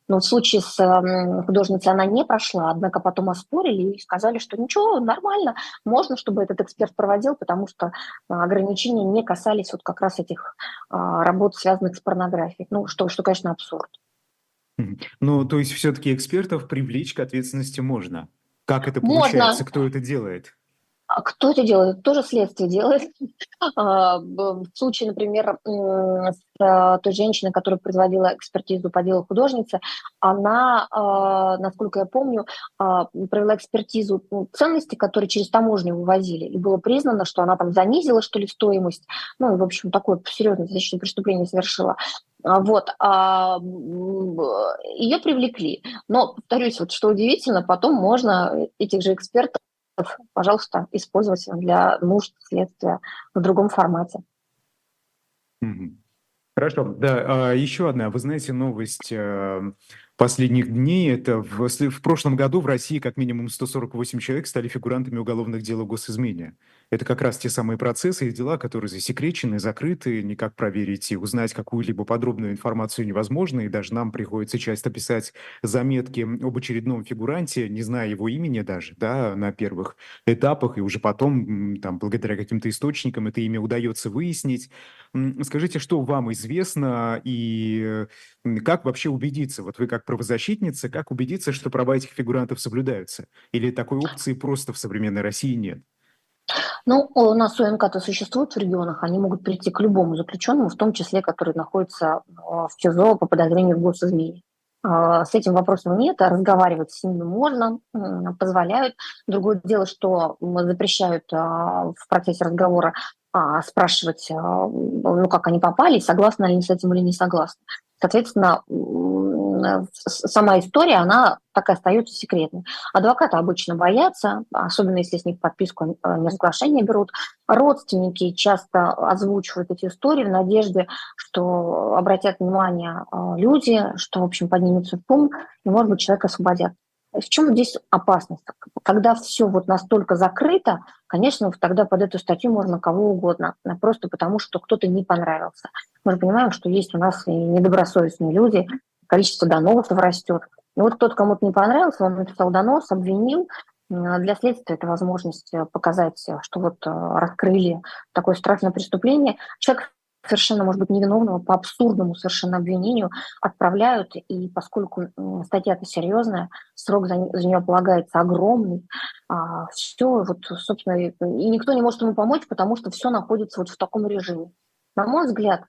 Но в случае с художницей она не прошла, однако потом оспорили и сказали, что ничего, нормально, можно, чтобы этот эксперт проводил, потому что ограничения не касались вот как раз этих работ, связанных с порнографией. Ну, что, конечно, абсурд. Ну, то есть все-таки экспертов привлечь к ответственности можно. Как это получается? Можно. Кто это делает? А кто это делает? Тоже следствие делает. В случае, например, с той женщиной, которая производила экспертизу по делу художницы, она, насколько я помню, провела экспертизу ценностей, которые через таможню вывозили, и было признано, что она там занизила, что ли, стоимость, ну, и, в общем, такое серьезное защитное преступление совершила. Вот, ее привлекли. Но, повторюсь, вот что удивительно, потом можно этих же экспертов, пожалуйста, использовать для нужд следствия в другом формате. Мгм. Хорошо, да. Еще одна, вы знаете, новость последних дней. Это в прошлом году в России как минимум 148 человек стали фигурантами уголовных дел о госизмене. Это как раз те самые процессы и дела, которые засекречены, закрыты, никак проверить и узнать какую-либо подробную информацию невозможно, и даже нам приходится часто писать заметки об очередном фигуранте, не зная его имени даже, да, на первых этапах, и уже потом, там, благодаря каким-то источникам это имя удается выяснить. Скажите, что вам известно и как вообще убедиться, вот вы как правозащитница, как убедиться, что права этих фигурантов соблюдаются? Или такой опции просто в современной России нет? Ну, у нас УМК-то существует в регионах, они могут прийти к любому заключенному, в том числе, который находится в СИЗО по подозрению в госизмене. С этим вопросом нет, а разговаривать с ними можно, позволяют. Другое дело, что запрещают в процессе разговора спрашивать, ну, как они попали, согласны они с этим или не согласны. Соответственно, сама история, она так и остается секретной. Адвокаты обычно боятся, особенно если с них подписку о неразглашении берут. Родственники часто озвучивают эти истории в надежде, что обратят внимание люди, что, в общем, поднимется шум, и, может быть, человека освободят. В чем здесь опасность? Когда все вот настолько закрыто, конечно, тогда под эту статью можно кого угодно, просто потому что кто-то не понравился. Мы же понимаем, что есть у нас и недобросовестные люди, количество доносов растет. И вот кто-то кому-то не понравился, он написал донос, обвинил. Для следствия это возможность показать, что вот раскрыли такое страшное преступление. Человек совершенно, может быть, невиновного по абсурдному совершенно обвинению отправляют, и поскольку статья-то серьезная, срок за нее полагается огромный, все, вот, собственно, и никто не может ему помочь, потому что все находится вот в таком режиме. На мой взгляд,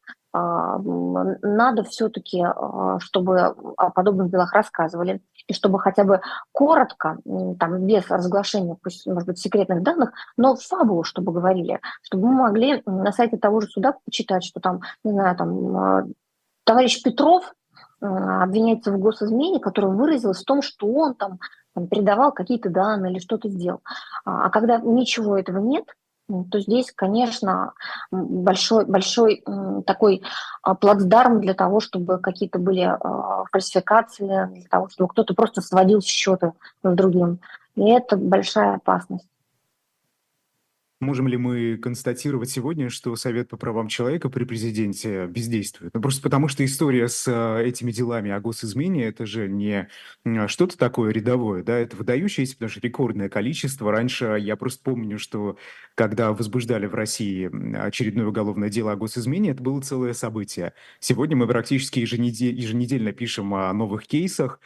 надо все-таки, чтобы о подобных делах рассказывали, и чтобы хотя бы коротко, там, без разглашения, пусть, может быть, секретных данных, но фабулу, чтобы говорили, чтобы мы могли на сайте того же суда почитать, что там, не знаю, там, товарищ Петров обвиняется в госизмене, который выразился в том, что он там передавал какие-то данные или что-то сделал. А когда ничего этого нет, то здесь, конечно, большой такой плацдарм для того, чтобы какие-то были фальсификации, для того, чтобы кто-то просто сводил счеты с другим. И это большая опасность. Можем ли мы констатировать сегодня, что Совет по правам человека при президенте бездействует? Ну, просто потому, что история с этими делами о госизмене – это же не что-то такое рядовое, да, это выдающееся, потому что рекордное количество. Раньше я просто помню, что когда возбуждали в России очередное уголовное дело о госизмене, это было целое событие. Сегодня мы практически еженедельно пишем о новых кейсах,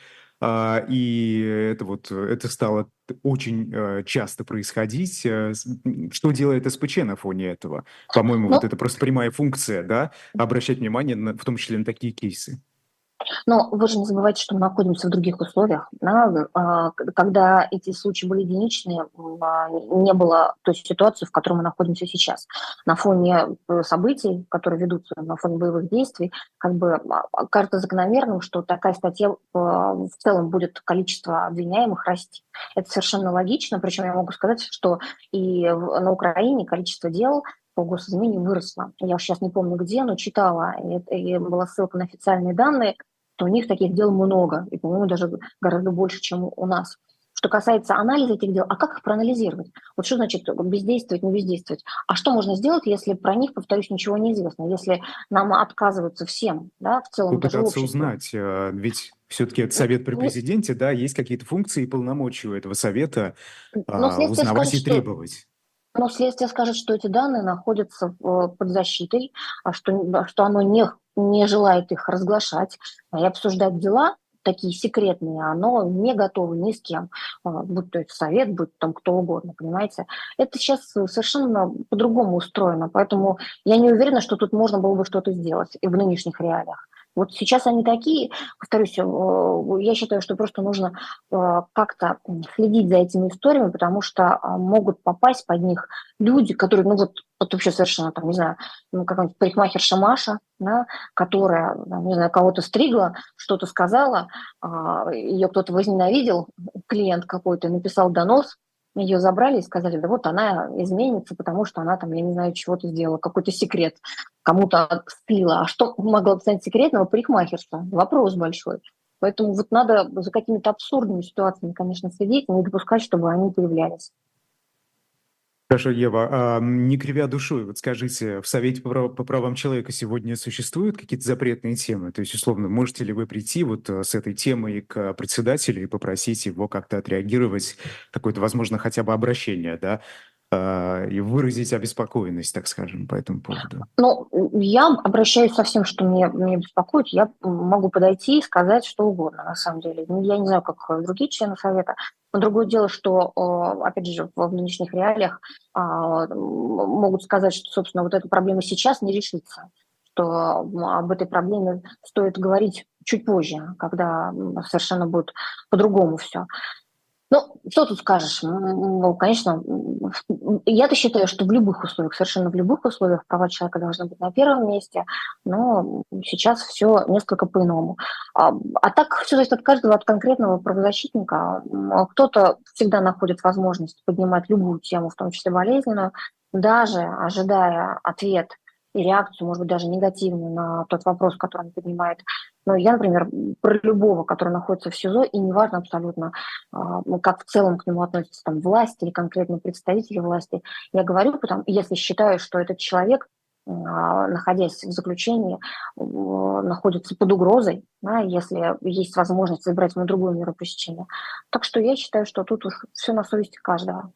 и это стало очень часто происходить. Что делает СПЧ на фоне этого? По-моему, вот Ну, это просто прямая функция, да, обращать внимание, в том числе на такие кейсы. Но вы же не забывайте, что мы находимся в других условиях. Да? Когда эти случаи были единичные, не было той ситуации, в которой мы находимся сейчас. На фоне событий, которые ведутся, на фоне боевых действий, как бы кажется закономерным, что такая статья в целом будет количество обвиняемых расти. Это совершенно логично, причем я могу сказать, что и на Украине количество дел по госизмене выросло. Я сейчас не помню где, но читала, и была ссылка на официальные данные, то у них таких дел много, и, по-моему, даже гораздо больше, чем у нас. что касается анализа этих дел, а как их проанализировать? Вот что значит бездействовать, не бездействовать? А что можно сделать, если про них, повторюсь, ничего не известно? Если нам отказываются всем, да, в целом даже Попытаться обществу? узнать, ведь все-таки это совет при Не- президенте, да, есть какие-то функции и полномочия у этого совета Но следствие скажет, узнавать и что требовать. Но следствие скажет, что эти данные находятся под защитой, что оно не желает их разглашать и обсуждать дела такие секретные, оно не готово ни с кем, будь то это совет, будь там кто угодно, понимаете. Это сейчас совершенно по-другому устроено, поэтому я не уверена, что тут можно было бы что-то сделать и в нынешних реалиях. Вот сейчас они такие, повторюсь, я считаю, что просто нужно как-то следить за этими историями, потому что могут попасть под них люди, которые, ну вот вообще совершенно, там, не знаю, ну, какая-нибудь парикмахерша Маша, да, которая, там, не знаю, кого-то стригла, что-то сказала, ее кто-то возненавидел, клиент какой-то, написал донос, ее забрали и сказали, да вот она изменится, потому что она там, я не знаю, чего-то сделала, какой-то секрет кому-то слила. А что могло бы стать секретного парикмахерства? Вопрос большой. Поэтому вот надо за какими-то абсурдными ситуациями, конечно, следить, не допускать, чтобы они появлялись. Хорошо, Ева, не кривя душой, вот скажите, в Совете по правам человека сегодня существуют какие-то запретные темы? То есть, условно, можете ли вы прийти вот с этой темой к председателю и попросить его как-то отреагировать, какое-то, возможно, хотя бы обращение, да, и выразить обеспокоенность, так скажем, по этому поводу? Ну, я обращаюсь со всем, что меня беспокоит. Я могу подойти и сказать что угодно, на самом деле. Ну, я не знаю, как другие члены Совета. Но другое дело, что, опять же, в нынешних реалиях могут сказать, что, собственно, вот эта проблема сейчас не решится, что об этой проблеме стоит говорить чуть позже, когда совершенно будет по-другому все. Ну, что тут скажешь? Ну, конечно, я-то считаю, что в любых условиях, совершенно в любых условиях права человека должны быть на первом месте, но сейчас все несколько по-иному. А так все зависит от каждого, от конкретного правозащитника. Кто-то всегда находит возможность поднимать любую тему, в том числе болезненную, даже ожидая ответ и реакцию, может быть, даже негативную на тот вопрос, который он поднимает. Но я, например, про любого, который находится в СИЗО, и неважно абсолютно, как в целом к нему относятся там власть или конкретно представители власти. Я говорю, потому, если считаю, что этот человек, находясь в заключении, находится под угрозой, да, если есть возможность выбрать ему другую меру пресечения. Так что я считаю, что тут уж все на совести каждого.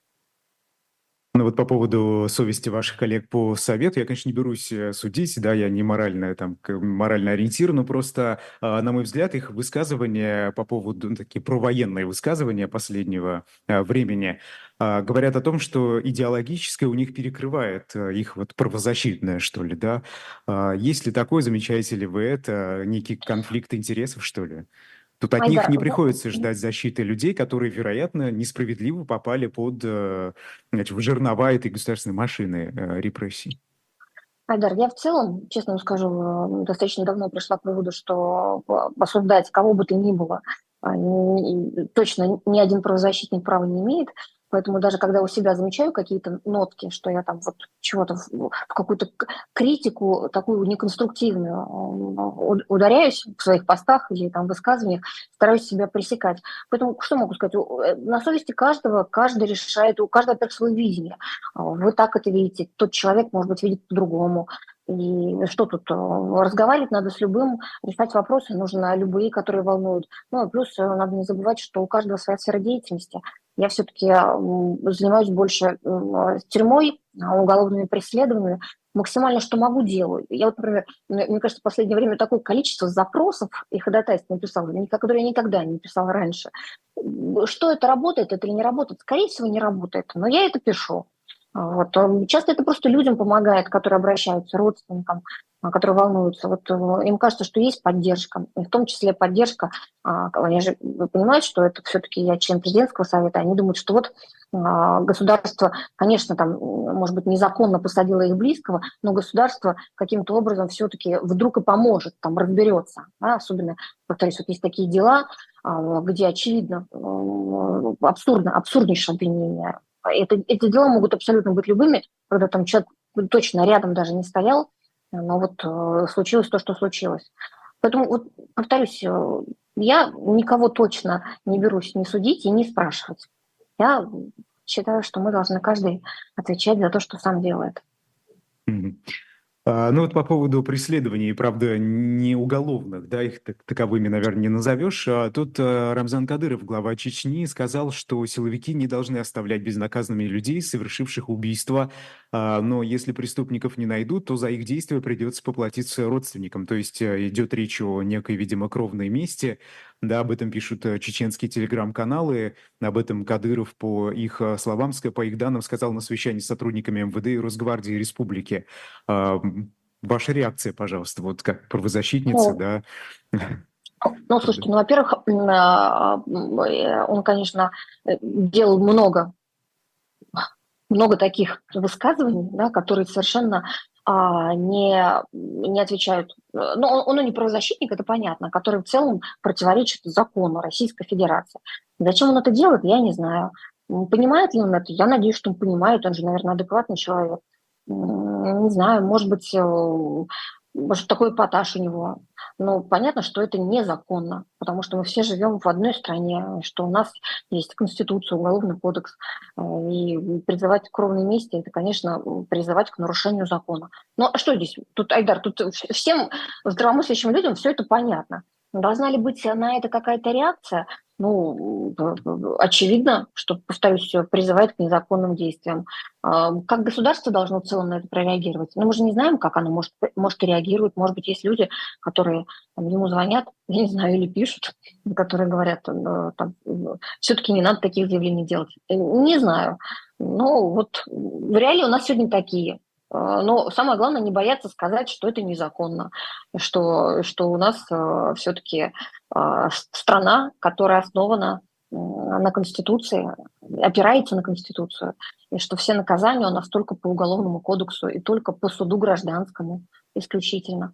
Ну вот по поводу совести ваших коллег по совету, я, конечно, не берусь судить, да, я не морально, там, морально ориентирован, но просто, на мой взгляд, их высказывания по поводу, ну, такие провоенные высказывания последнего времени, говорят о том, что идеологическое у них перекрывает их вот правозащитное, что ли, да. Есть ли такое, замечаете ли вы это, некий конфликт интересов, что ли? Тут от них Айдар, не приходится ждать защиты людей, которые, вероятно, несправедливо попали под значит, в жернова этой государственной машины репрессий. Айдар, я в целом, честно вам скажу, достаточно давно пришла к выводу, что осуждать кого бы то ни было точно ни один правозащитник права не имеет. Поэтому даже когда у себя замечаю какие-то нотки, что я там вот чего-то в какую-то критику такую неконструктивную ударяюсь в своих постах или там высказываниях, стараюсь себя пресекать. Поэтому что могу сказать? На совести каждого, каждый решает, у каждого, во-первых, свое видение. Вы так это видите, тот человек, может быть, видит по-другому. И что тут? Разговаривать надо с любым, решать вопросы нужно любые, которые волнуют. Ну, и плюс надо не забывать, что у каждого своя сфера деятельности. Я все-таки занимаюсь больше тюрьмой, уголовными преследованиями. Максимально, что могу, делаю. Я вот, например, мне кажется, в последнее время такое количество запросов и ходатайств написала, которые я никогда не писала раньше. Что это работает, это или не работает? Скорее всего, не работает, но я это пишу. Вот. Часто это просто людям помогает, которые обращаются, родственникам, которые волнуются. Вот им кажется, что есть поддержка, и в том числе поддержка. Они же понимают, что это все-таки я член президентского совета, они думают, что вот государство, конечно, там, может быть, незаконно посадило их близкого, но государство каким-то образом все-таки вдруг и поможет, там, разберется. Да? Особенно, повторюсь, вот есть такие дела, где, очевидно, абсурднейшее обвинение. Эти дела могут абсолютно быть любыми, когда там человек точно рядом даже не стоял, но вот случилось то, что случилось. Поэтому, вот, повторюсь, я никого точно не берусь ни судить и не спрашивать. Я считаю, что мы должны каждый отвечать за то, что сам делает. Мгм. Ну вот по поводу преследований, правда, не уголовных, да, их таковыми, наверное, не назовешь. Тут Рамзан Кадыров, глава Чечни, сказал, что силовики не должны оставлять безнаказанными людей, совершивших убийство, но если преступников не найдут, то за их действия придется поплатиться родственникам. То есть идет речь о некой, видимо, кровной мести, да, об этом пишут чеченские телеграм-каналы, об этом Кадыров, по их словам, по их данным, сказал на совещании с сотрудниками МВД и Росгвардии Республики. А, Ваша реакция, пожалуйста, вот как правозащитница, Ну, да. ну, слушайте, ну, во-первых, он, конечно, делал много таких высказываний, да, которые совершенно не отвечают. Ну, он и не правозащитник, это понятно, который в целом противоречит закону Российской Федерации. Зачем он это делает, я не знаю. Понимает ли он это? Я надеюсь, что он понимает, он же, наверное, адекватный человек. Не знаю, может, такой эпатаж у него. Но понятно, что это незаконно, потому что мы все живем в одной стране, что у нас есть Конституция, Уголовный кодекс, и призывать к кровной мести – это, конечно, призывать к нарушению закона. Но что здесь? Тут, Айдар, тут всем здравомыслящим людям все это понятно. Должна ли быть на это какая-то реакция? Ну, очевидно, что, повторюсь, призывает к незаконным действиям. Как государство должно в целом на это прореагировать? Но мы же не знаем, как оно может и реагирует. Может быть, есть люди, которые там, ему звонят, я не знаю, или пишут, которые говорят, все-таки не надо таких заявлений делать. Не знаю. Ну, вот в реалии у нас сегодня такие. Но самое главное не бояться сказать, что это незаконно, что у нас все-таки страна, которая основана на Конституции, опирается на Конституцию, и что все наказания у нас только по Уголовному кодексу и только по суду гражданскому исключительно.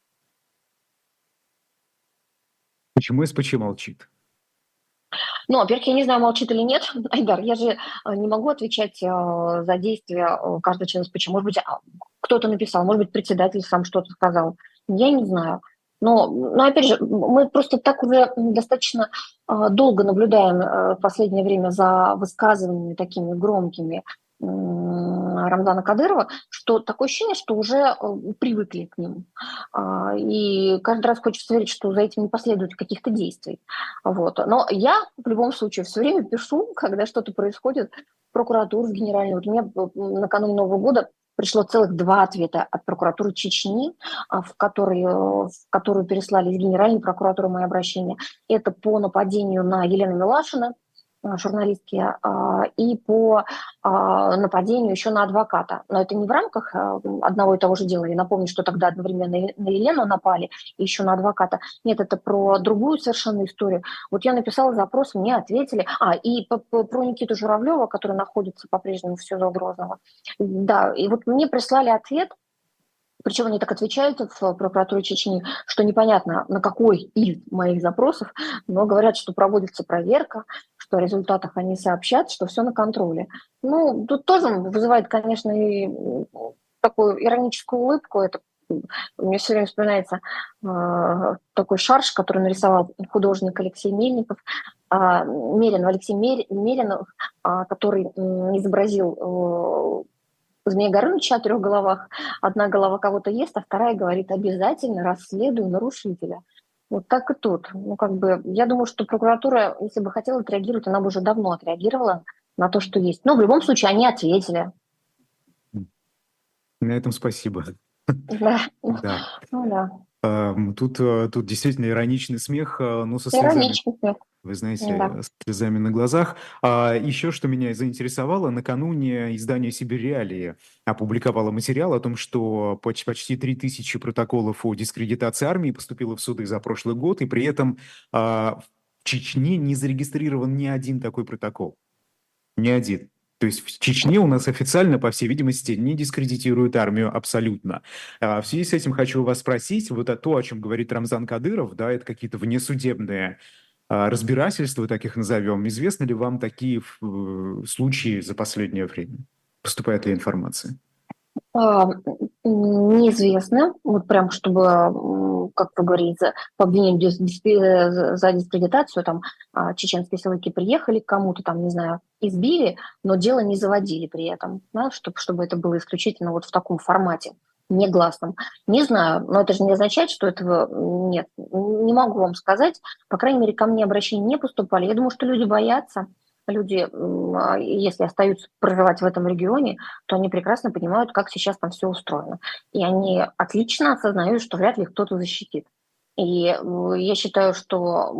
Почему СПЧ молчит? Ну, во-первых, я не знаю, молчит или нет, Айдар, я же не могу отвечать за действия каждого члена СПЧ. Может быть, кто-то написал, может быть, председатель сам что-то сказал. Я не знаю. Но опять же, мы просто так уже достаточно долго наблюдаем в последнее время за высказываниями такими громкими Рамзана Кадырова, что такое ощущение, что уже привыкли к ним. И каждый раз хочется верить, что за этим не последует каких-то действий. Вот. Но я в любом случае все время пишу, когда что-то происходит, в прокуратуру, в генеральную. Вот у меня накануне Нового года пришло целых 2 ответа от прокуратуры Чечни, в которую переслали из Генеральной прокуратуры мои обращения. Это по нападению на Елену Милашина, журналистки, и по нападению еще на адвоката. Но это не в рамках одного и того же дела. Я напомню, что тогда одновременно на Елену напали и еще на адвоката. Нет, это про другую совершенно историю. Вот я написала запрос, мне ответили. И про Никиту Журавлева, который находится по-прежнему в СИЗО Грозного. Да, и вот мне прислали ответ, причем они так отвечают в прокуратуре Чечни, что непонятно, на какой из моих запросов, но говорят, что проводится проверка, что о результатах они сообщат, что все на контроле. Ну, тут тоже вызывает, конечно, и такую ироническую улыбку. Это мне все время вспоминается такой шарж, который нарисовал художник Алексей Мельников, Алексей Меринов, который изобразил Змея Горыныча о 3 головах. Одна голова кого-то ест, а вторая говорит: обязательно расследую нарушителя. Вот так и тут. Ну, как бы, я думаю, что прокуратура, если бы хотела отреагировать, она бы уже давно отреагировала на то, что есть. Но в любом случае они ответили. На этом спасибо. Да. Да. Ну да. Тут действительно ироничный смех, но со слезами, Иронично. вы Да. знаете, с слезами на глазах. Еще что меня заинтересовало, накануне издание «Сибирь Реалии» опубликовало материал о том, что почти 3000 протоколов о дискредитации армии поступило в суды за прошлый год, и при этом в Чечне не зарегистрирован ни один такой протокол. Ни один. То есть в Чечне у нас официально, по всей видимости, не дискредитируют армию абсолютно. В связи с этим хочу вас спросить, вот то, о чем говорит Рамзан Кадыров, да, это какие-то внесудебные разбирательства, так их назовем. Известны ли вам такие случаи за последнее время? Поступает ли информация? Неизвестно, вот прям чтобы, как вы говорите, по обвинению за дискредитацию, там, чеченские силовики приехали к кому-то, там, не знаю, избили, но дело не заводили при этом, да, чтобы это было исключительно вот в таком формате, негласном. Не знаю, но это же не означает, что этого нет. Не могу вам сказать. По крайней мере, ко мне обращения не поступали. Я думаю, что люди боятся. Люди, если остаются проживать в этом регионе, то они прекрасно понимают, как сейчас там все устроено. И они отлично осознают, что вряд ли кто-то защитит. И я считаю, что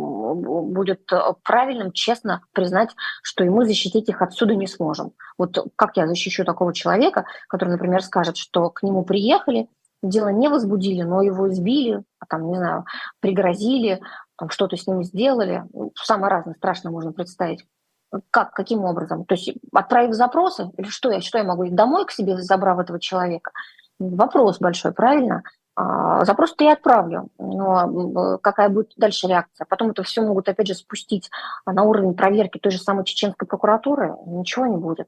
будет правильным, честно признать, что и мы защитить их отсюда не сможем. Вот как я защищу такого человека, который, например, скажет, что к нему приехали, дело не возбудили, но его избили, там, не знаю, пригрозили, там, что-то с ним сделали. Самое разное, страшно можно представить. Как, каким образом? То есть отправив запросы, или что я могу домой к себе, забрав этого человека? Вопрос большой, правильно? Запрос-то я отправлю, но какая будет дальше реакция? Потом это все могут, опять же, спустить на уровень проверки той же самой чеченской прокуратуры, ничего не будет.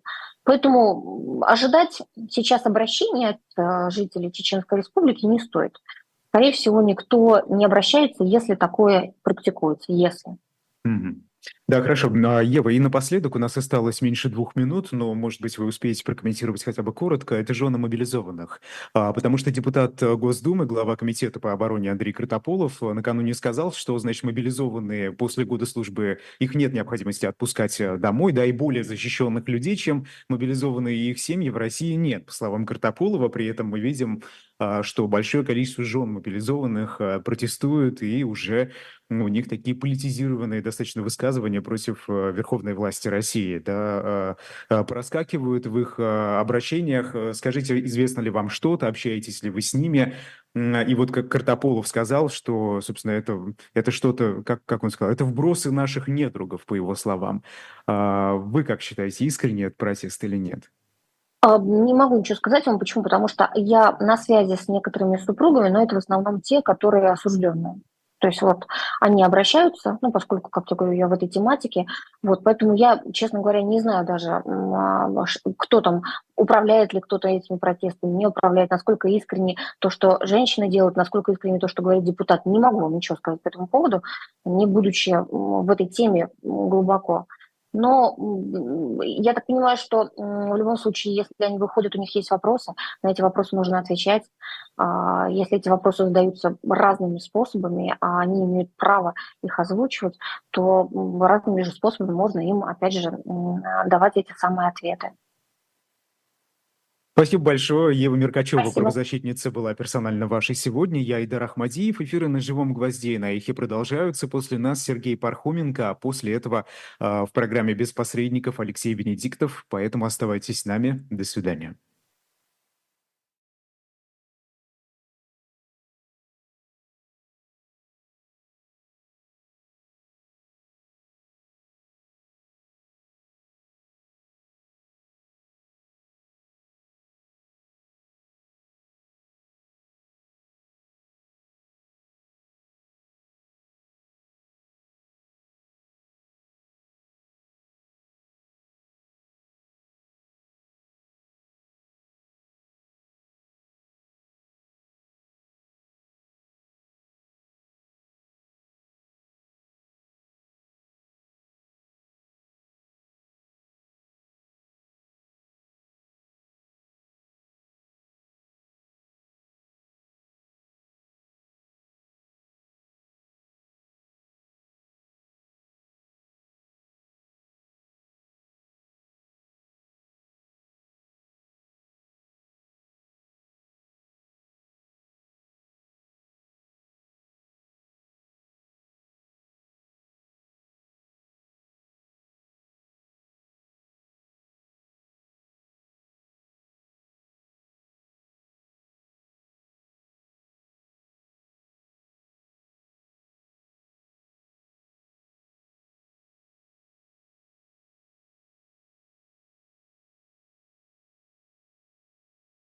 Поэтому ожидать сейчас обращения от жителей Чеченской Республики не стоит. Скорее всего, никто не обращается, если такое практикуется, если. Мгм. Да, хорошо. Ева, и напоследок у нас осталось меньше 2 минут, но, может быть, вы успеете прокомментировать хотя бы коротко. Это жены мобилизованных. Потому что депутат Госдумы, глава комитета по обороне Андрей Картополов накануне сказал, что, значит, мобилизованные после года службы, их нет необходимости отпускать домой, да, и более защищенных людей, чем мобилизованные и их семьи в России нет, по словам Картополова. При этом мы видим, что большое количество жен мобилизованных протестуют и уже у них такие политизированные достаточно высказывания против верховной власти России, да, проскакивают в их обращениях. Скажите, известно ли вам что-то, общаетесь ли вы с ними? И вот как Картополов сказал, что, собственно, это что-то, как он сказал, это вбросы наших недругов, по его словам. Вы как считаете, искренне этот протест или нет? Не могу ничего сказать вам, почему, потому что я на связи с некоторыми супругами, но это в основном те, которые осужденные. То есть вот они обращаются, ну, поскольку, как я говорю, я в этой тематике, вот, поэтому я, честно говоря, не знаю даже, кто там, управляет ли кто-то этими протестами, не управляет, насколько искренне то, что женщины делают, насколько искренне то, что говорит депутат. Не могу вам ничего сказать по этому поводу, не будучи в этой теме глубоко. Но я так понимаю, что в любом случае, если они выходят, у них есть вопросы, на эти вопросы нужно отвечать. Если эти вопросы задаются разными способами, а они имеют право их озвучивать, то разными же способами можно им, опять же, давать эти самые ответы. Спасибо большое. Ева Меркачева, Спасибо. правозащитница, была персонально вашей сегодня. Я Айдар Ахмадиев. Эфиры на «Живом гвозде» и на «Эхе» продолжаются. После нас Сергей Пархоменко, а после этого в программе «Без посредников» Алексей Венедиктов. Поэтому оставайтесь с нами. До свидания.